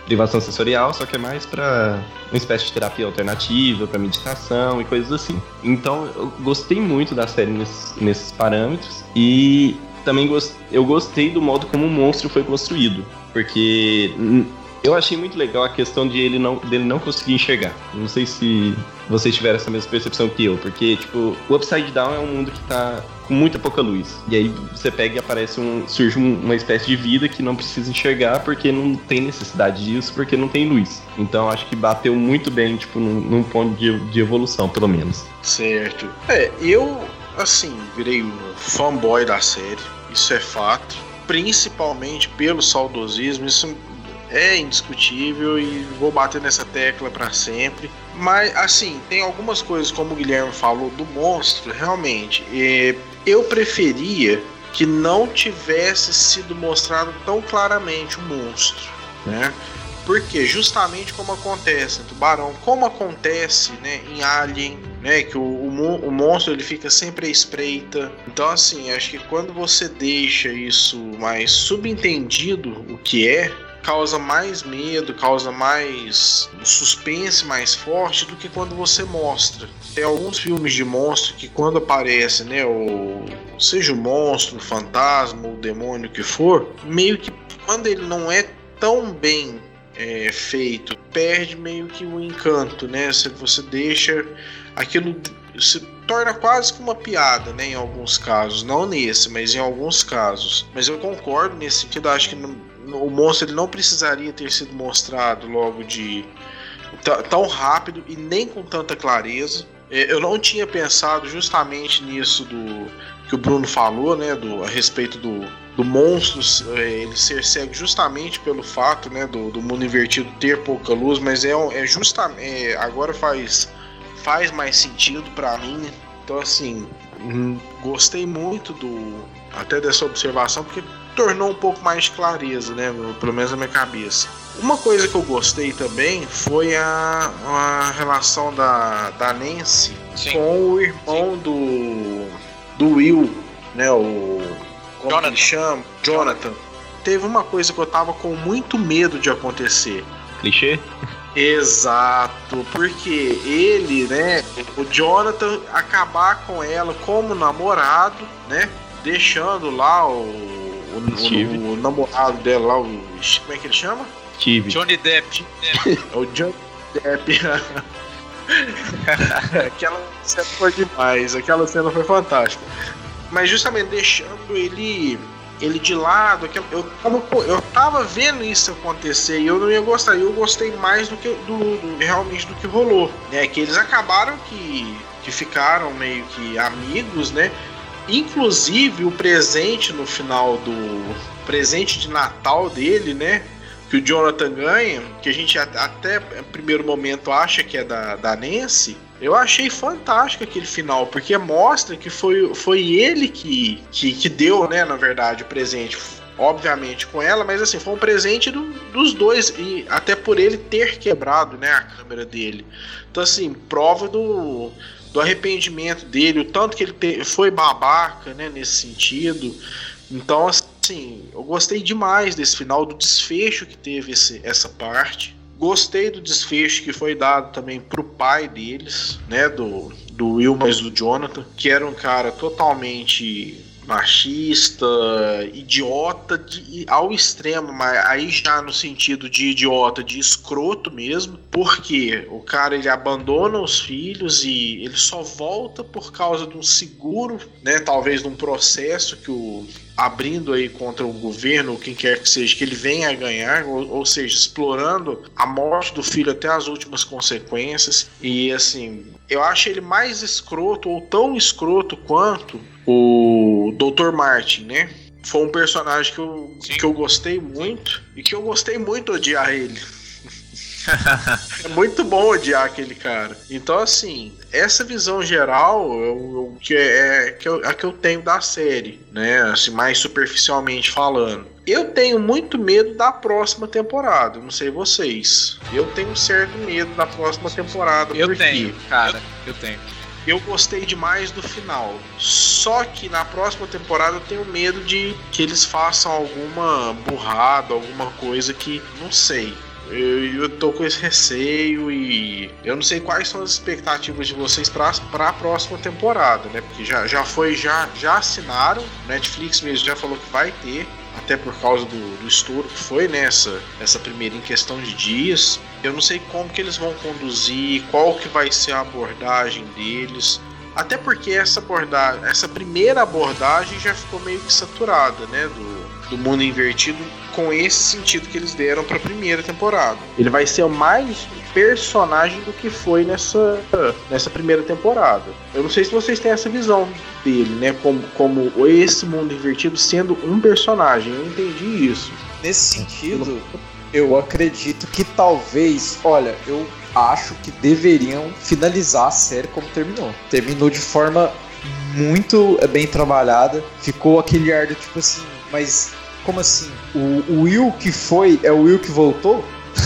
privação sensorial, só que é mais pra uma espécie de terapia alternativa, pra meditação e coisas assim. Então eu gostei muito da série nesses, nesses parâmetros e também gost, eu gostei do modo como o monstro foi construído, porque eu achei muito legal a questão de ele não, dele não conseguir enxergar. Não sei se vocês tiveram essa mesma percepção que eu, porque, tipo, o Upside Down é um mundo que tá com muita pouca luz. E aí você pega e aparece um... surge um, uma espécie de vida que não precisa enxergar porque não tem necessidade disso, porque não tem luz. Então acho que bateu muito bem, tipo, num, num ponto de, de evolução, pelo menos. Certo. É, eu, assim, virei um fanboy da série, isso é fato. Principalmente pelo saudosismo, isso é indiscutível e vou bater nessa tecla pra sempre. Mas, assim, tem algumas coisas, como o Guilherme falou, do monstro, realmente. É, eu preferia que não tivesse sido mostrado tão claramente o monstro, né? Porque justamente como acontece em Tubarão, como acontece, né, em Alien, né, que o, o, o monstro ele fica sempre à espreita. Então, assim, acho que quando você deixa isso mais subentendido, o que é, causa mais medo, causa mais suspense mais forte do que quando você mostra. Tem alguns filmes de monstro que quando aparece, né, o, seja o monstro, o fantasma, o demônio que for, meio que quando ele não é tão bem é, feito, perde meio que o encanto, né? Se você deixa aquilo, se torna quase que uma piada, né, em alguns casos, não nesse, mas em alguns casos. Mas eu concordo nesse sentido, acho que não, o monstro ele não precisaria ter sido mostrado logo de t- tão rápido e nem com tanta clareza. Eu não tinha pensado justamente nisso do que o Bruno falou, né, do, a respeito do, do monstro ele ser cego justamente pelo fato, né, do, do mundo invertido ter pouca luz, mas é, é justamente é, agora faz, faz mais sentido pra mim. Então, assim, hum, gostei muito do até dessa observação, porque tornou um pouco mais de clareza, né, pelo menos na minha cabeça. Uma coisa que eu gostei também foi a, a relação da, da Nancy Sim. com o irmão do, do Will, né, o como Jonathan. Ele chama? Jonathan. Teve uma coisa que eu tava com muito medo de acontecer. Clichê? Exato, porque ele, né, o Jonathan acabar com ela como namorado, né, deixando lá o, o, o, o namorado dela lá, o, como é que ele chama? Steve. Johnny Depp. O Johnny Depp. Aquela cena foi demais, aquela cena foi fantástica. Mas justamente deixando ele ele de lado, eu tava, eu tava vendo isso acontecer e eu não ia gostar. Eu gostei mais do que do, do, realmente do que rolou, né? Que eles acabaram que, que ficaram meio que amigos, né? Inclusive o presente no final do presente de Natal dele, né? Que o Jonathan ganha, que a gente até no primeiro momento acha que é da, da Nancy. Eu achei fantástico aquele final, porque mostra que foi, foi ele que, que, que deu, né, na verdade, o presente. Obviamente com ela, mas assim, foi um presente do, dos dois, e até por ele ter quebrado, né, a câmera dele. Então, assim, prova do, do arrependimento dele, o tanto que ele te, foi babaca, né, nesse sentido. Então, assim, eu gostei demais desse final, do desfecho que teve esse, essa parte. Gostei do desfecho que foi dado também pro pai deles, né, do, do Will, mas do Jonathan, que era um cara totalmente machista, idiota de, ao extremo, mas aí já no sentido de idiota, de escroto mesmo, porque o cara ele abandona os filhos e ele só volta por causa de um seguro, né, talvez de um processo que o abrindo aí contra o governo, ou quem quer que seja, que ele venha a ganhar, ou, ou seja, explorando a morte do filho até as últimas consequências. E assim, eu acho ele mais escroto, ou tão escroto quanto o doutor Martin, né? Foi um personagem que eu, que eu gostei muito, e que eu gostei muito de odiar ele. É muito bom odiar aquele cara. Então, assim, essa visão geral eu, eu, que é, que eu, a que eu tenho da série, né? Assim, mais superficialmente falando. Eu tenho muito medo da próxima temporada. Não sei vocês. Eu tenho um certo medo da próxima temporada. Eu tenho, cara. Eu tenho. Eu gostei demais do final. Só que na próxima temporada eu tenho medo de que eles façam alguma burrada, alguma coisa que não sei. Eu, eu tô com esse receio e eu não sei quais são as expectativas de vocês pra, pra próxima temporada, né? Porque já, já foi, já, já assinaram, Netflix mesmo já falou que vai ter, até por causa do, do estouro que foi nessa essa primeira em questão de dias. Eu não sei como que eles vão conduzir, qual que vai ser a abordagem deles. Até porque essa abordagem, essa primeira abordagem já ficou meio que saturada, né? Do, do mundo invertido, com esse sentido que eles deram para a primeira temporada. Ele vai ser mais personagem do que foi nessa, nessa primeira temporada. Eu não sei se vocês têm essa visão dele, né? Como, como esse mundo invertido sendo um personagem. Eu entendi isso. Nesse sentido, eu acredito que talvez, olha, eu acho que deveriam finalizar a série como terminou. Terminou de forma muito bem trabalhada. Ficou aquele ar do tipo assim, mas como assim? O, o Will que foi é o Will que voltou?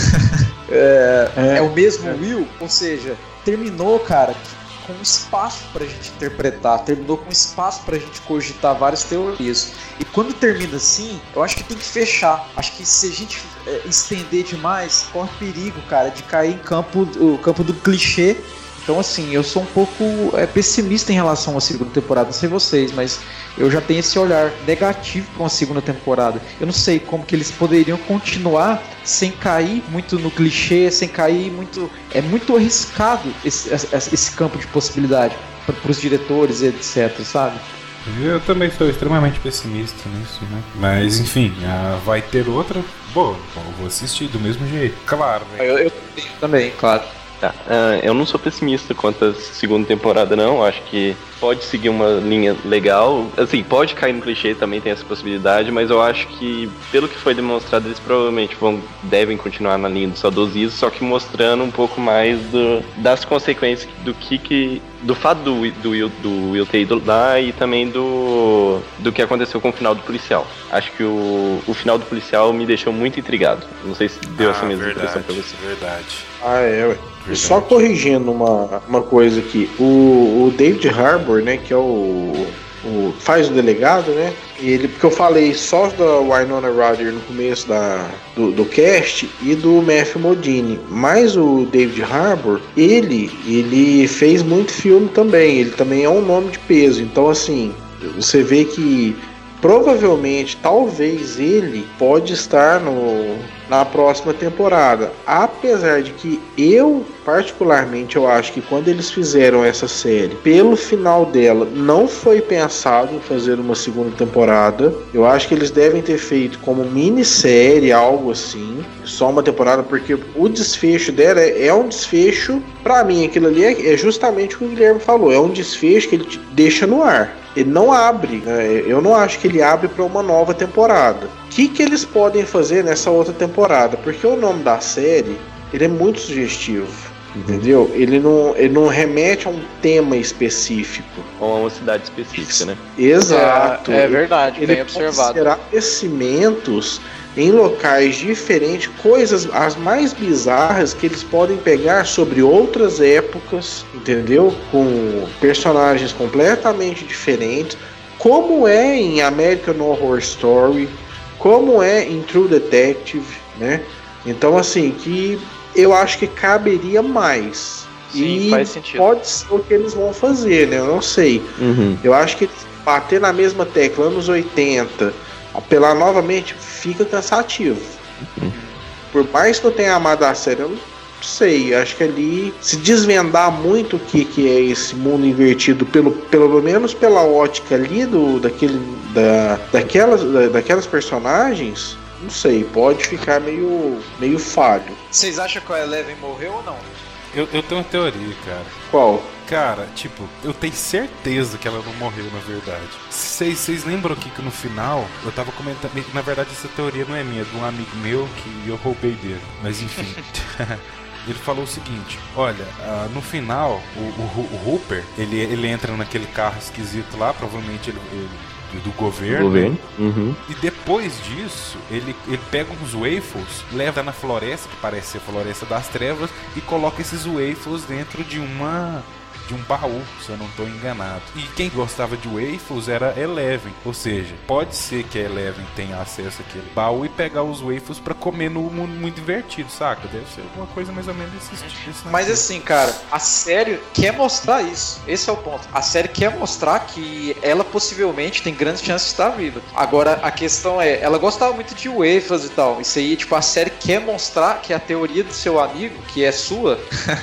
é, é, é o mesmo é. Will? Ou seja, terminou, cara, com espaço pra gente interpretar, terminou com espaço pra gente cogitar várias teorias. E quando termina assim, eu acho que tem que fechar. Acho que se a gente é, estender demais, corre perigo, cara, de cair em campo, o campo do clichê. Então, assim, eu sou um pouco é, pessimista em relação à segunda temporada. Não sei vocês, mas eu já tenho esse olhar negativo para uma segunda temporada. Eu não sei como que eles poderiam continuar sem cair muito no clichê, sem cair muito... É muito arriscado esse, esse campo de possibilidade para os diretores, etcétera, sabe? Eu também sou extremamente pessimista nisso, né? Mas, enfim, uh, vai ter outra... Bom, eu vou assistir do mesmo jeito, claro. Né? Eu, eu também, claro. Tá, uh, eu não sou pessimista quanto à segunda temporada, não. Acho que pode seguir uma linha legal. Assim, pode cair no clichê, também tem essa possibilidade, mas eu acho que, pelo que foi demonstrado, eles provavelmente vão, devem continuar na linha do saudosismo, só que mostrando um pouco mais do, das consequências do que que... do fato do, do, Will, do Will ter ido lá e também do, do que aconteceu com o final do policial. Acho que o, o final do policial me deixou muito intrigado. Não sei se deu ah, essa mesma verdade, impressão pra você. Verdade. Ah, é, ué. Só corrigindo uma, uma coisa aqui, o, o David Harbour, né, que é o, o faz o delegado, né, ele, porque eu falei só da Winona Ryder no começo da, do, do cast e do Matthew Modine, mas o David Harbour, ele, ele fez muito filme também, ele também é um nome de peso, então assim, você vê que provavelmente, talvez ele pode estar no, na próxima temporada. Apesar de que eu, particularmente, eu acho que quando eles fizeram essa série, pelo final dela, não foi pensado em fazer uma segunda temporada. Eu acho que eles devem ter feito como minissérie, algo assim, só uma temporada, porque o desfecho dela é, é um desfecho, pra mim, aquilo ali é, é justamente o que o Guilherme falou, é um desfecho que ele te deixa no ar. Ele não abre, né? Eu não acho que ele abre para uma nova temporada. O que, que eles podem fazer nessa outra temporada? Porque o nome da série, ele é muito sugestivo, uhum. Entendeu? Ele não, ele não remete a um tema específico. Ou a uma cidade específica, né? Exato. É, é verdade, ele bem observado. Será acontecimentos em locais diferentes, coisas as mais bizarras que eles podem pegar sobre outras épocas, entendeu? Com personagens completamente diferentes, como é em American Horror Story, como é em True Detective, né? Então, assim, que eu acho que caberia mais. Sim, e faz sentido. Pode ser o que eles vão fazer, né? Eu não sei. Uhum. Eu acho que bater na mesma tecla anos oitenta, apelar novamente, fica cansativo. Uhum. Por mais que eu tenha amado a série, eu não sei, acho que ali se desvendar muito o que, que é esse mundo invertido, pelo, pelo menos pela ótica ali do, daquele, da, daquelas, da, daquelas personagens, não sei, pode ficar meio, meio falho. Vocês acham que a Eleven morreu ou não? Eu, eu tenho uma teoria, cara. Qual? Cara, tipo, eu tenho certeza que ela não morreu, na verdade. Vocês lembram aqui que no final, eu tava comentando, na verdade essa teoria não é minha, é de um amigo meu que eu roubei dele. Mas enfim, ele falou o seguinte, olha, uh, no final, o, o, o Hooper, ele, ele entra naquele carro esquisito lá, provavelmente ele... ele do governo, governo. Uhum. E depois disso ele, ele pega uns waffles, leva na floresta, que parece ser a floresta das trevas, e coloca esses waffles dentro de uma de um baú, se eu não estou enganado. E quem gostava de waffles era Eleven, ou seja, pode ser que a Eleven tenha acesso àquele baú e pegar os waffles pra comer no mundo muito divertido, saca? Deve ser alguma coisa mais ou menos desse tipo. Mas assim, cara, a série quer mostrar isso. Esse é o ponto. A série quer mostrar que ela possivelmente tem grandes chances de estar viva. Agora, a questão é, ela gostava muito de waffles e tal. Isso aí, tipo, a série quer mostrar que a teoria do seu amigo, que é sua...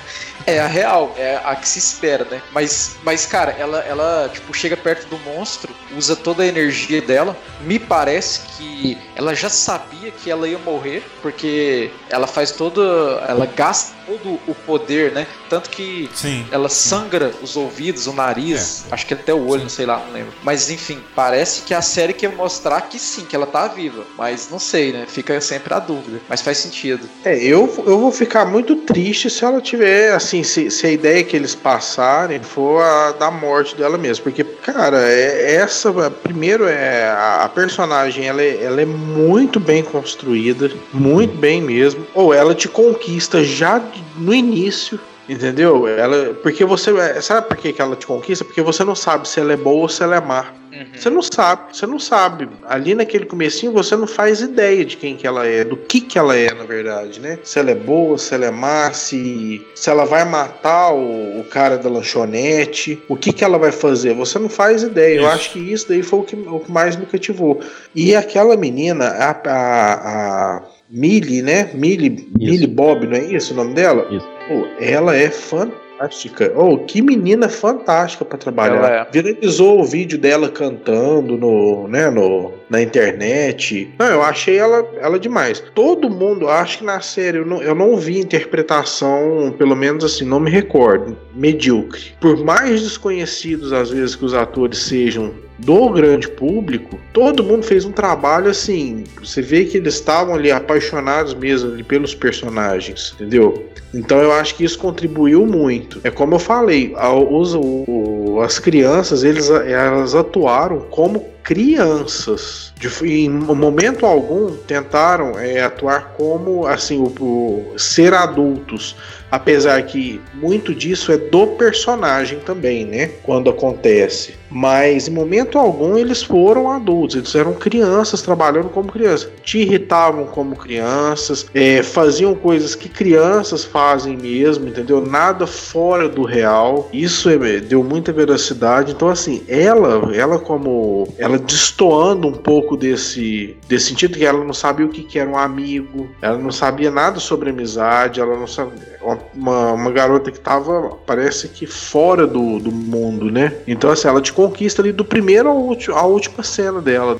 É a real, é a que se espera, né? Mas, mas cara, ela, ela tipo, chega perto do monstro, usa toda a energia dela. Me parece que ela já sabia que ela ia morrer, porque ela faz toda... Ela gasta todo o poder, né? Tanto que sim, ela sim. sangra os ouvidos, o nariz, é. acho que até o olho, sim. não sei lá, não lembro. Mas enfim, parece que a série quer mostrar que sim, que ela tá viva. Mas não sei, né? Fica sempre a dúvida. Mas faz sentido. É, eu, eu vou ficar muito triste se ela tiver, assim, se, se a ideia que eles passarem for a da morte dela mesmo. Porque, cara, é, essa, primeiro, é a, a personagem, ela é, ela é muito bem construída, muito bem mesmo. Ou ela te conquista já no início, entendeu? Ela, porque você sabe por que que ela te conquista? Porque você não sabe se ela é boa ou se ela é má. Uhum. Você não sabe, você não sabe. Ali naquele comecinho você não faz ideia de quem que ela é, do que que ela é, na verdade, né? Se ela é boa, se ela é má, se, se ela vai matar o, o cara da lanchonete, o que que ela vai fazer? Você não faz ideia. Isso. Eu acho que isso daí foi o que, o que mais me cativou. E aquela menina, a, a, a Millie, né? Millie, Millie Bob, não é isso o nome dela? Isso. Pô, ela é fantástica. Oh, que menina fantástica pra trabalhar. É. Viralizou o vídeo dela cantando no, né, no, na internet. Não, eu achei ela, ela demais. Todo mundo, acho que na série eu não, eu não vi interpretação, pelo menos assim, não me recordo, medíocre. Por mais desconhecidos às vezes que os atores sejam do grande público, todo mundo fez um trabalho assim, você vê que eles estavam ali apaixonados mesmo ali pelos personagens, entendeu? Então eu acho que isso contribuiu muito. É como eu falei, os, o, as crianças, eles, elas atuaram como crianças. De, em momento algum tentaram é, atuar como assim, o, o, ser adultos. Apesar que muito disso é do personagem também, né? Quando acontece. Mas em momento algum eles foram adultos. Eles eram crianças trabalhando como crianças. Te irritavam como crianças. É, faziam coisas que crianças fazem mesmo, entendeu? Nada fora do real. Isso é, deu muita veracidade. Então assim, ela, ela como... Ela destoando um pouco desse, desse sentido que ela não sabia o que, que era um amigo. Ela não sabia nada sobre amizade. Ela não sabia... Uma, uma garota que tava, parece que fora do, do mundo, né? Então assim, ela te conquista ali do primeiro ao último, à última cena dela.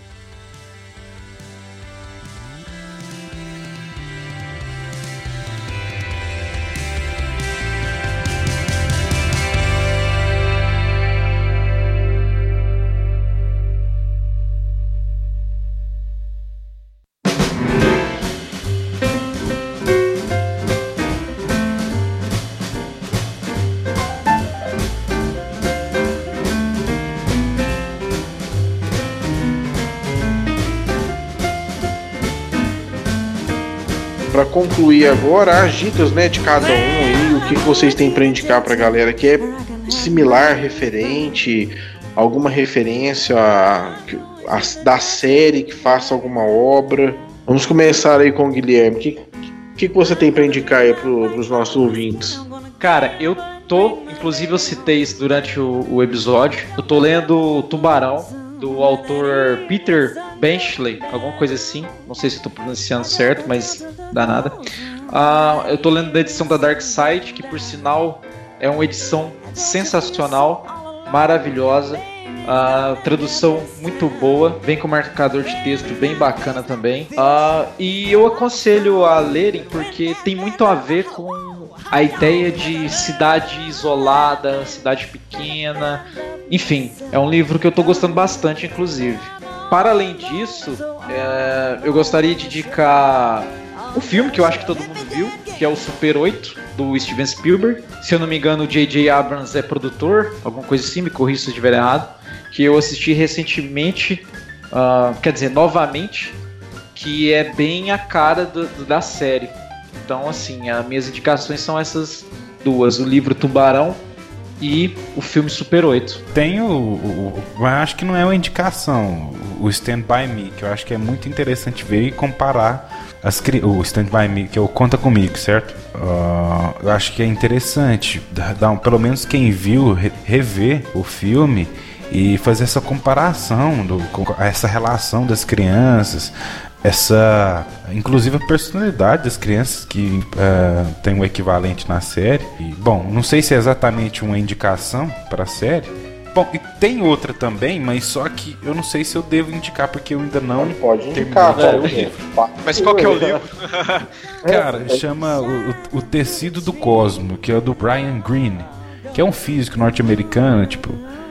Para concluir agora, as dicas, né, de cada um aí, o que vocês têm para indicar para a galera que é similar, referente, alguma referência a, a, da série que faça alguma obra. Vamos começar aí com o Guilherme. O que, que, que você tem para indicar aí para os nossos ouvintes? Cara, eu tô, inclusive eu citei isso durante o, o episódio, eu tô lendo Tubarão, do autor Peter Benchley, alguma coisa assim, não sei se eu tô pronunciando certo, mas dá nada. Uh, eu tô lendo da edição da Dark Side, que por sinal é uma edição sensacional, maravilhosa, uh, tradução muito boa, vem com marcador de texto bem bacana também, uh, e eu aconselho a lerem porque tem muito a ver com a ideia de cidade isolada, cidade pequena. Enfim, é um livro que eu tô gostando bastante, inclusive. Para além disso, é, eu gostaria de indicar o filme que eu acho que todo mundo viu, que é o Super oito, do Steven Spielberg. Se eu não me engano, o J J Abrams é produtor, alguma coisa assim, me corrija se eu estiver errado. Que eu assisti recentemente, uh, quer dizer, novamente, que é bem a cara do, do, da série. Então, assim, as minhas indicações são essas duas. O livro Tubarão e o filme Super oito. Tem o, o, o mas acho que não é uma indicação, o Stand By Me, que eu acho que é muito interessante ver e comparar as, o Stand By Me, que é o Conta Comigo, certo? Uh, eu acho que é interessante, dar um, pelo menos quem viu, re, rever o filme e fazer essa comparação, do, com essa relação das crianças, essa, inclusive a personalidade das crianças que uh, tem um equivalente na série. E, bom, não sei se é exatamente uma indicação para a série. Bom, e tem outra também, mas só que eu não sei se eu devo indicar porque eu ainda não pode indicar, terminei de ler. Mas qual que é o livro? Cara, chama o, o Tecido do Cosmo, que é do Brian Greene, que é um físico norte-americano, tipo.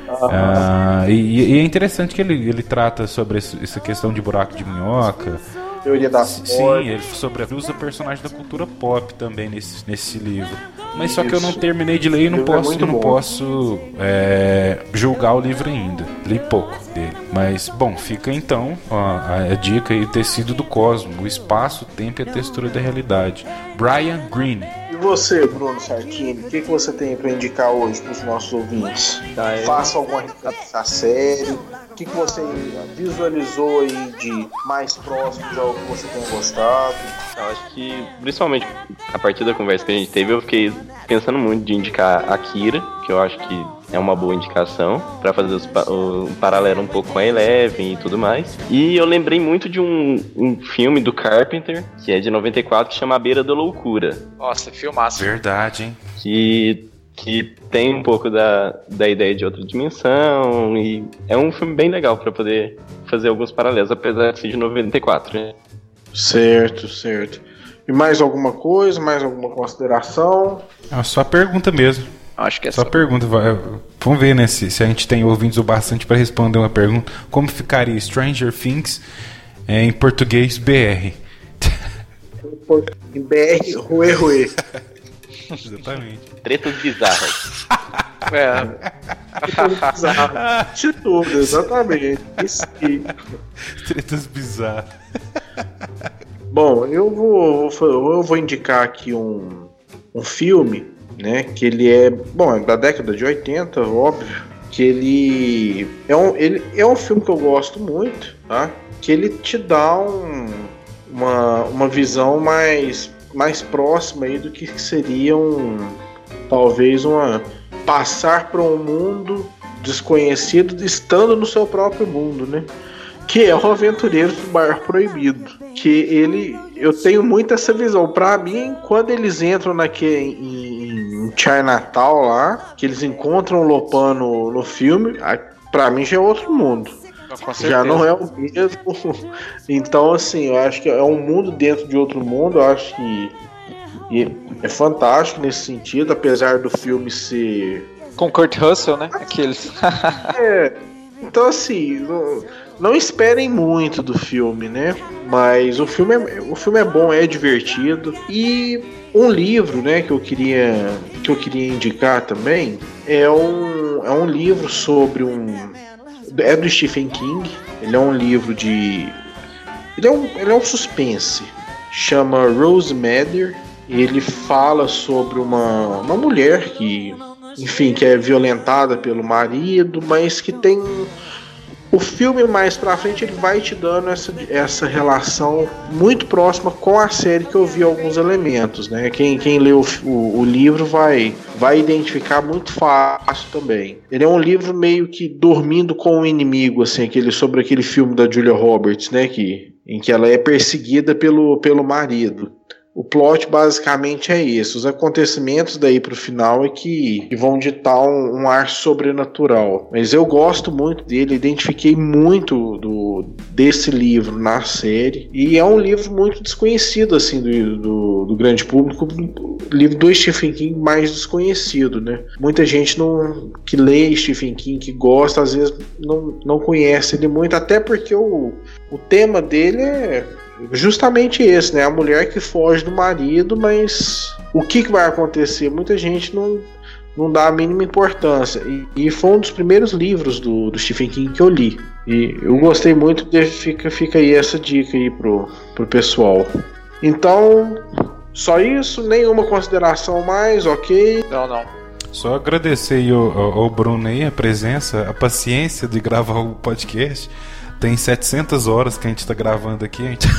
Uh, e, e é interessante que ele, ele trata sobre esse, essa questão de buraco de minhoca. Teoria da Sim, ele sobreusa personagens da cultura pop também nesse, nesse livro. Mas só que eu não terminei de ler e não posso, é não posso é, julgar o livro ainda. Li pouco dele. Mas, bom, fica então ó, a, a dica aí, Tecido do Cosmo, o espaço, o tempo e a textura da realidade. Brian Greene. E você, Bruno Sartini, o que, que você tem para indicar hoje para os nossos ouvintes? Tá, eu... Faça alguma referência à série. O que, que você visualizou aí de mais próximo de algo que você tenha gostado? Eu acho que, principalmente a partir da conversa que a gente teve, eu fiquei pensando muito de indicar Akira, que eu acho que é uma boa indicação para fazer os, o, um paralelo um pouco com a Eleven e tudo mais. E eu lembrei muito de um, um filme do Carpenter, que é de noventa e quatro, que chama A Beira da Loucura. Nossa, filmaço. Verdade, hein? Que... que tem um pouco da, da ideia de outra dimensão, e é um filme bem legal para poder fazer alguns paralelos, apesar de ser de noventa e quatro, né? Certo, certo. E mais alguma coisa, mais alguma consideração? É só a pergunta mesmo. Acho que é só. só a pergunta. Vamos ver, né, se, se a gente tem ouvintes o bastante para responder uma pergunta. Como ficaria Stranger Things é, em português B R? Em B R, ruê, ruê. Exatamente. Tretas bizarras. É. Tretas bizarras. De tudo, exatamente. Isso aí. Tretas bizarras. Bom, eu vou, eu vou indicar aqui um, um filme, né? Que ele é, bom, é da década de oitenta, óbvio. Que ele é um, ele é um filme que eu gosto muito, tá? Que ele te dá um, uma, uma visão mais mais próxima aí do que seria um, talvez uma passar para um mundo desconhecido estando no seu próprio mundo, né? Que é o Aventureiro do Bar Proibido. Que ele, eu tenho muito essa visão. Para mim, quando eles entram naquele em, em Chinatown lá, que eles encontram o Lopan no, no filme, para mim já é outro mundo. Já não é o mesmo. Então, assim, eu acho que é um mundo dentro de outro mundo. Eu acho que é fantástico nesse sentido, apesar do filme ser com Kurt Russell, né? Aqueles. É, então, assim, não, não esperem muito do filme, né? Mas o filme é, o filme é bom, é divertido. E um livro, né, que eu queria que eu queria indicar também é um, é um livro sobre um é do Stephen King. Ele é um livro de ele é um, ele é um suspense. Chama Rose Madder. Ele fala sobre uma, uma mulher que, enfim, que é violentada pelo marido, mas que tem o filme mais pra frente, ele vai te dando essa, essa relação muito próxima com a série, que eu vi alguns elementos, né? Quem, quem lê o, o, o livro vai, vai identificar muito fácil também. Ele é um livro meio que dormindo com o inimigo, assim, aquele, sobre aquele filme da Julia Roberts, né? Que, em que ela é perseguida pelo, pelo marido. O plot basicamente é esse. Os acontecimentos daí pro final é que, que vão ditar um, um ar sobrenatural. Mas eu gosto muito dele, identifiquei muito do, desse livro na série. E é um livro muito desconhecido assim do, do, do grande público. O livro do Stephen King mais desconhecido, né? Muita gente não, que lê Stephen King, que gosta, às vezes não, não conhece ele muito. Até porque o, o tema dele é justamente esse, né? A mulher que foge do marido, mas o que, que vai acontecer? Muita gente não, não dá a mínima importância. E, e foi um dos primeiros livros do, do Stephen King que eu li. E eu gostei muito, de, fica, fica aí essa dica aí pro, pro pessoal. Então, só isso? Nenhuma consideração mais, ok? Não, não. Só agradecer aí ao, ao, ao Bruno aí a presença, a paciência de gravar o podcast. Tem setecentas horas que a gente tá gravando aqui, a gente...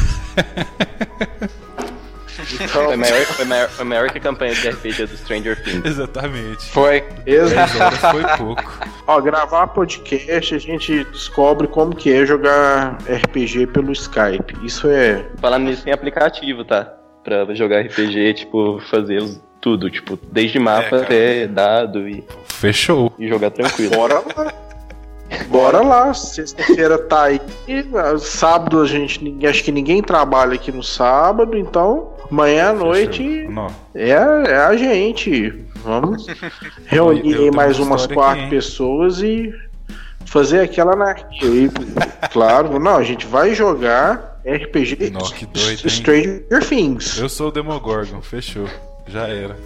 Foi maior, foi, maior, foi maior que a campanha de R P G do Stranger Things. Exatamente. Foi. dez horas foi pouco. Ó, gravar podcast, a gente descobre como que é jogar R P G pelo Skype. Isso é... Falando nisso, tem aplicativo, tá? Pra jogar R P G, tipo, fazer os, tudo, tipo, desde mapa É, até dado e, Fechou. e jogar tranquilo. Bora lá. Bora lá, sexta-feira tá aí. Sábado a gente, ninguém- acho que ninguém trabalha aqui no sábado, então amanhã à noite Não. é, é a gente. Vamos reunir Eu- eu aí tenho mais uma umas história quatro aqui, hein? pessoas e fazer aquela anarquia aí. Claro, não, a gente vai jogar R P G Nossa, que doido, hein? Stranger Things. Eu sou o Demogorgon, fechou. Já era.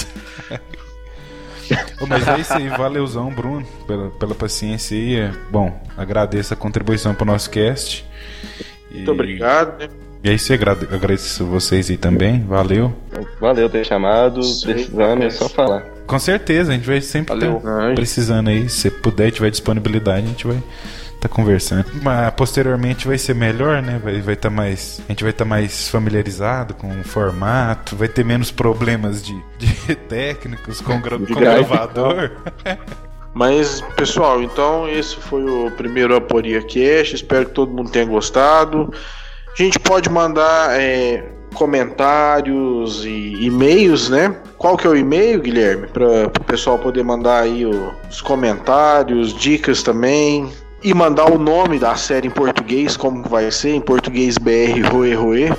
Ô, mas é isso aí, valeuzão, Bruno, pela, pela paciência aí. É, bom, agradeço a contribuição pro nosso cast. E, Muito obrigado, né? E é isso aí, agrade- agradeço vocês aí também, valeu. Valeu ter chamado, Sim, precisando é só falar. Com certeza, a gente vai sempre Valeu. estar precisando aí. Se puder, tiver disponibilidade, a gente vai estar conversando. Mas posteriormente vai ser melhor, né? Vai vai tá mais, a gente vai estar mais familiarizado com o formato, vai ter menos problemas de, de técnicos com, gra- De com gráfico. gravador. Mas, pessoal, então esse foi o primeiro Aporia Cast. Espero que todo mundo tenha gostado. A gente pode mandar é, comentários e e-mails, né? Qual que é o e-mail, Guilherme? Para o pessoal poder mandar aí o- os comentários, dicas também. E mandar o nome da série em português, como que vai ser, em português B R, roe, roe.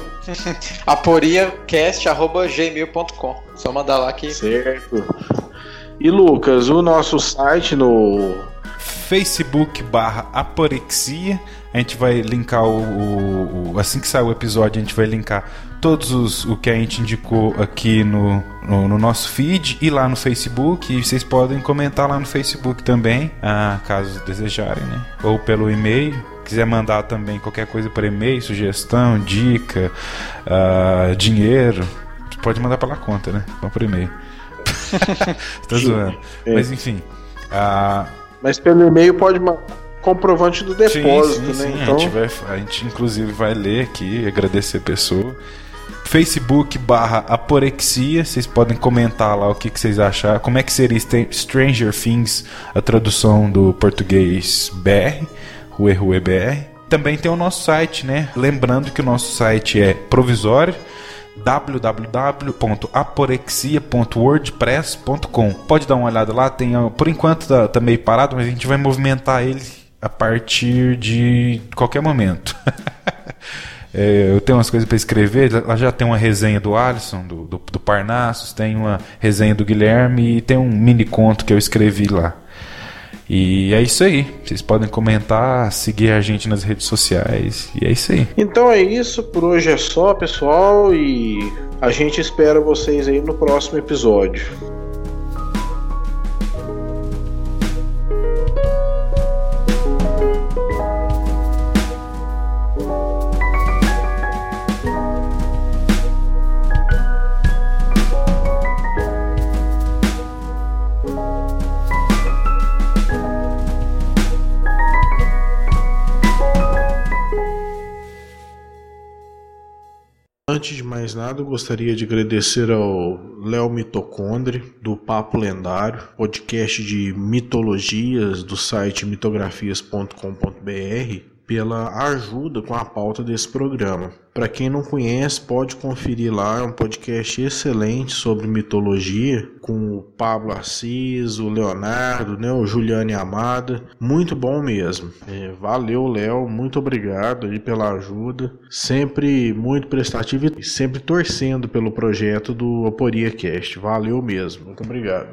aporiacast arroba gmail ponto com. Só mandar lá que... Certo. E Lucas, o nosso site no... Facebook barra Aporexia. A gente vai linkar o, o- o- assim que sair o episódio, a gente vai linkar todos os o que a gente indicou aqui no, no, no nosso feed e lá no Facebook. E vocês podem comentar lá no Facebook também, ah, caso desejarem, né? Ou pelo e-mail. Quiser mandar também qualquer coisa por e-mail, sugestão, dica, ah, dinheiro, pode mandar pela conta, né? Não por e-mail. Tá zoando. É. Mas enfim. ah, Mas pelo e-mail pode mandar comprovante do depósito, sim, sim, né? sim. Então... A, gente vai, a gente inclusive vai ler aqui, agradecer a pessoa. Facebook barra Aporexia, vocês podem comentar lá o que, que vocês acharam, como é que seria Stranger Things, a tradução do português B R, Rue Rue B R. Também tem o nosso site, né? Lembrando que o nosso site é provisório, w w w ponto aporexia ponto wordpress ponto com. Pode dar uma olhada lá, tem, por enquanto tá, tá meio parado, mas a gente vai movimentar ele a partir de qualquer momento. É, eu tenho umas coisas para escrever. Lá já tem uma resenha do Alisson, do, do, do Parnassus, tem uma resenha do Guilherme e tem um mini conto que eu escrevi lá. E é isso aí. Vocês podem comentar, seguir a gente nas redes sociais. E é isso aí. Então é isso, por hoje é só, pessoal, e a gente espera vocês aí no próximo episódio. Antes de mais nada, eu gostaria de agradecer ao Léo Mitocondre, do Papo Lendário, podcast de mitologias do site mitografias ponto com ponto b r, pela ajuda com a pauta desse programa. Para quem não conhece, pode conferir lá, é um podcast excelente sobre mitologia, com o Pablo Assis, o Leonardo, né, o Juliane Amada, muito bom mesmo. É, valeu, Léo, muito obrigado aí pela ajuda, sempre muito prestativo e sempre torcendo pelo projeto do Aporia Cast, valeu mesmo, muito obrigado.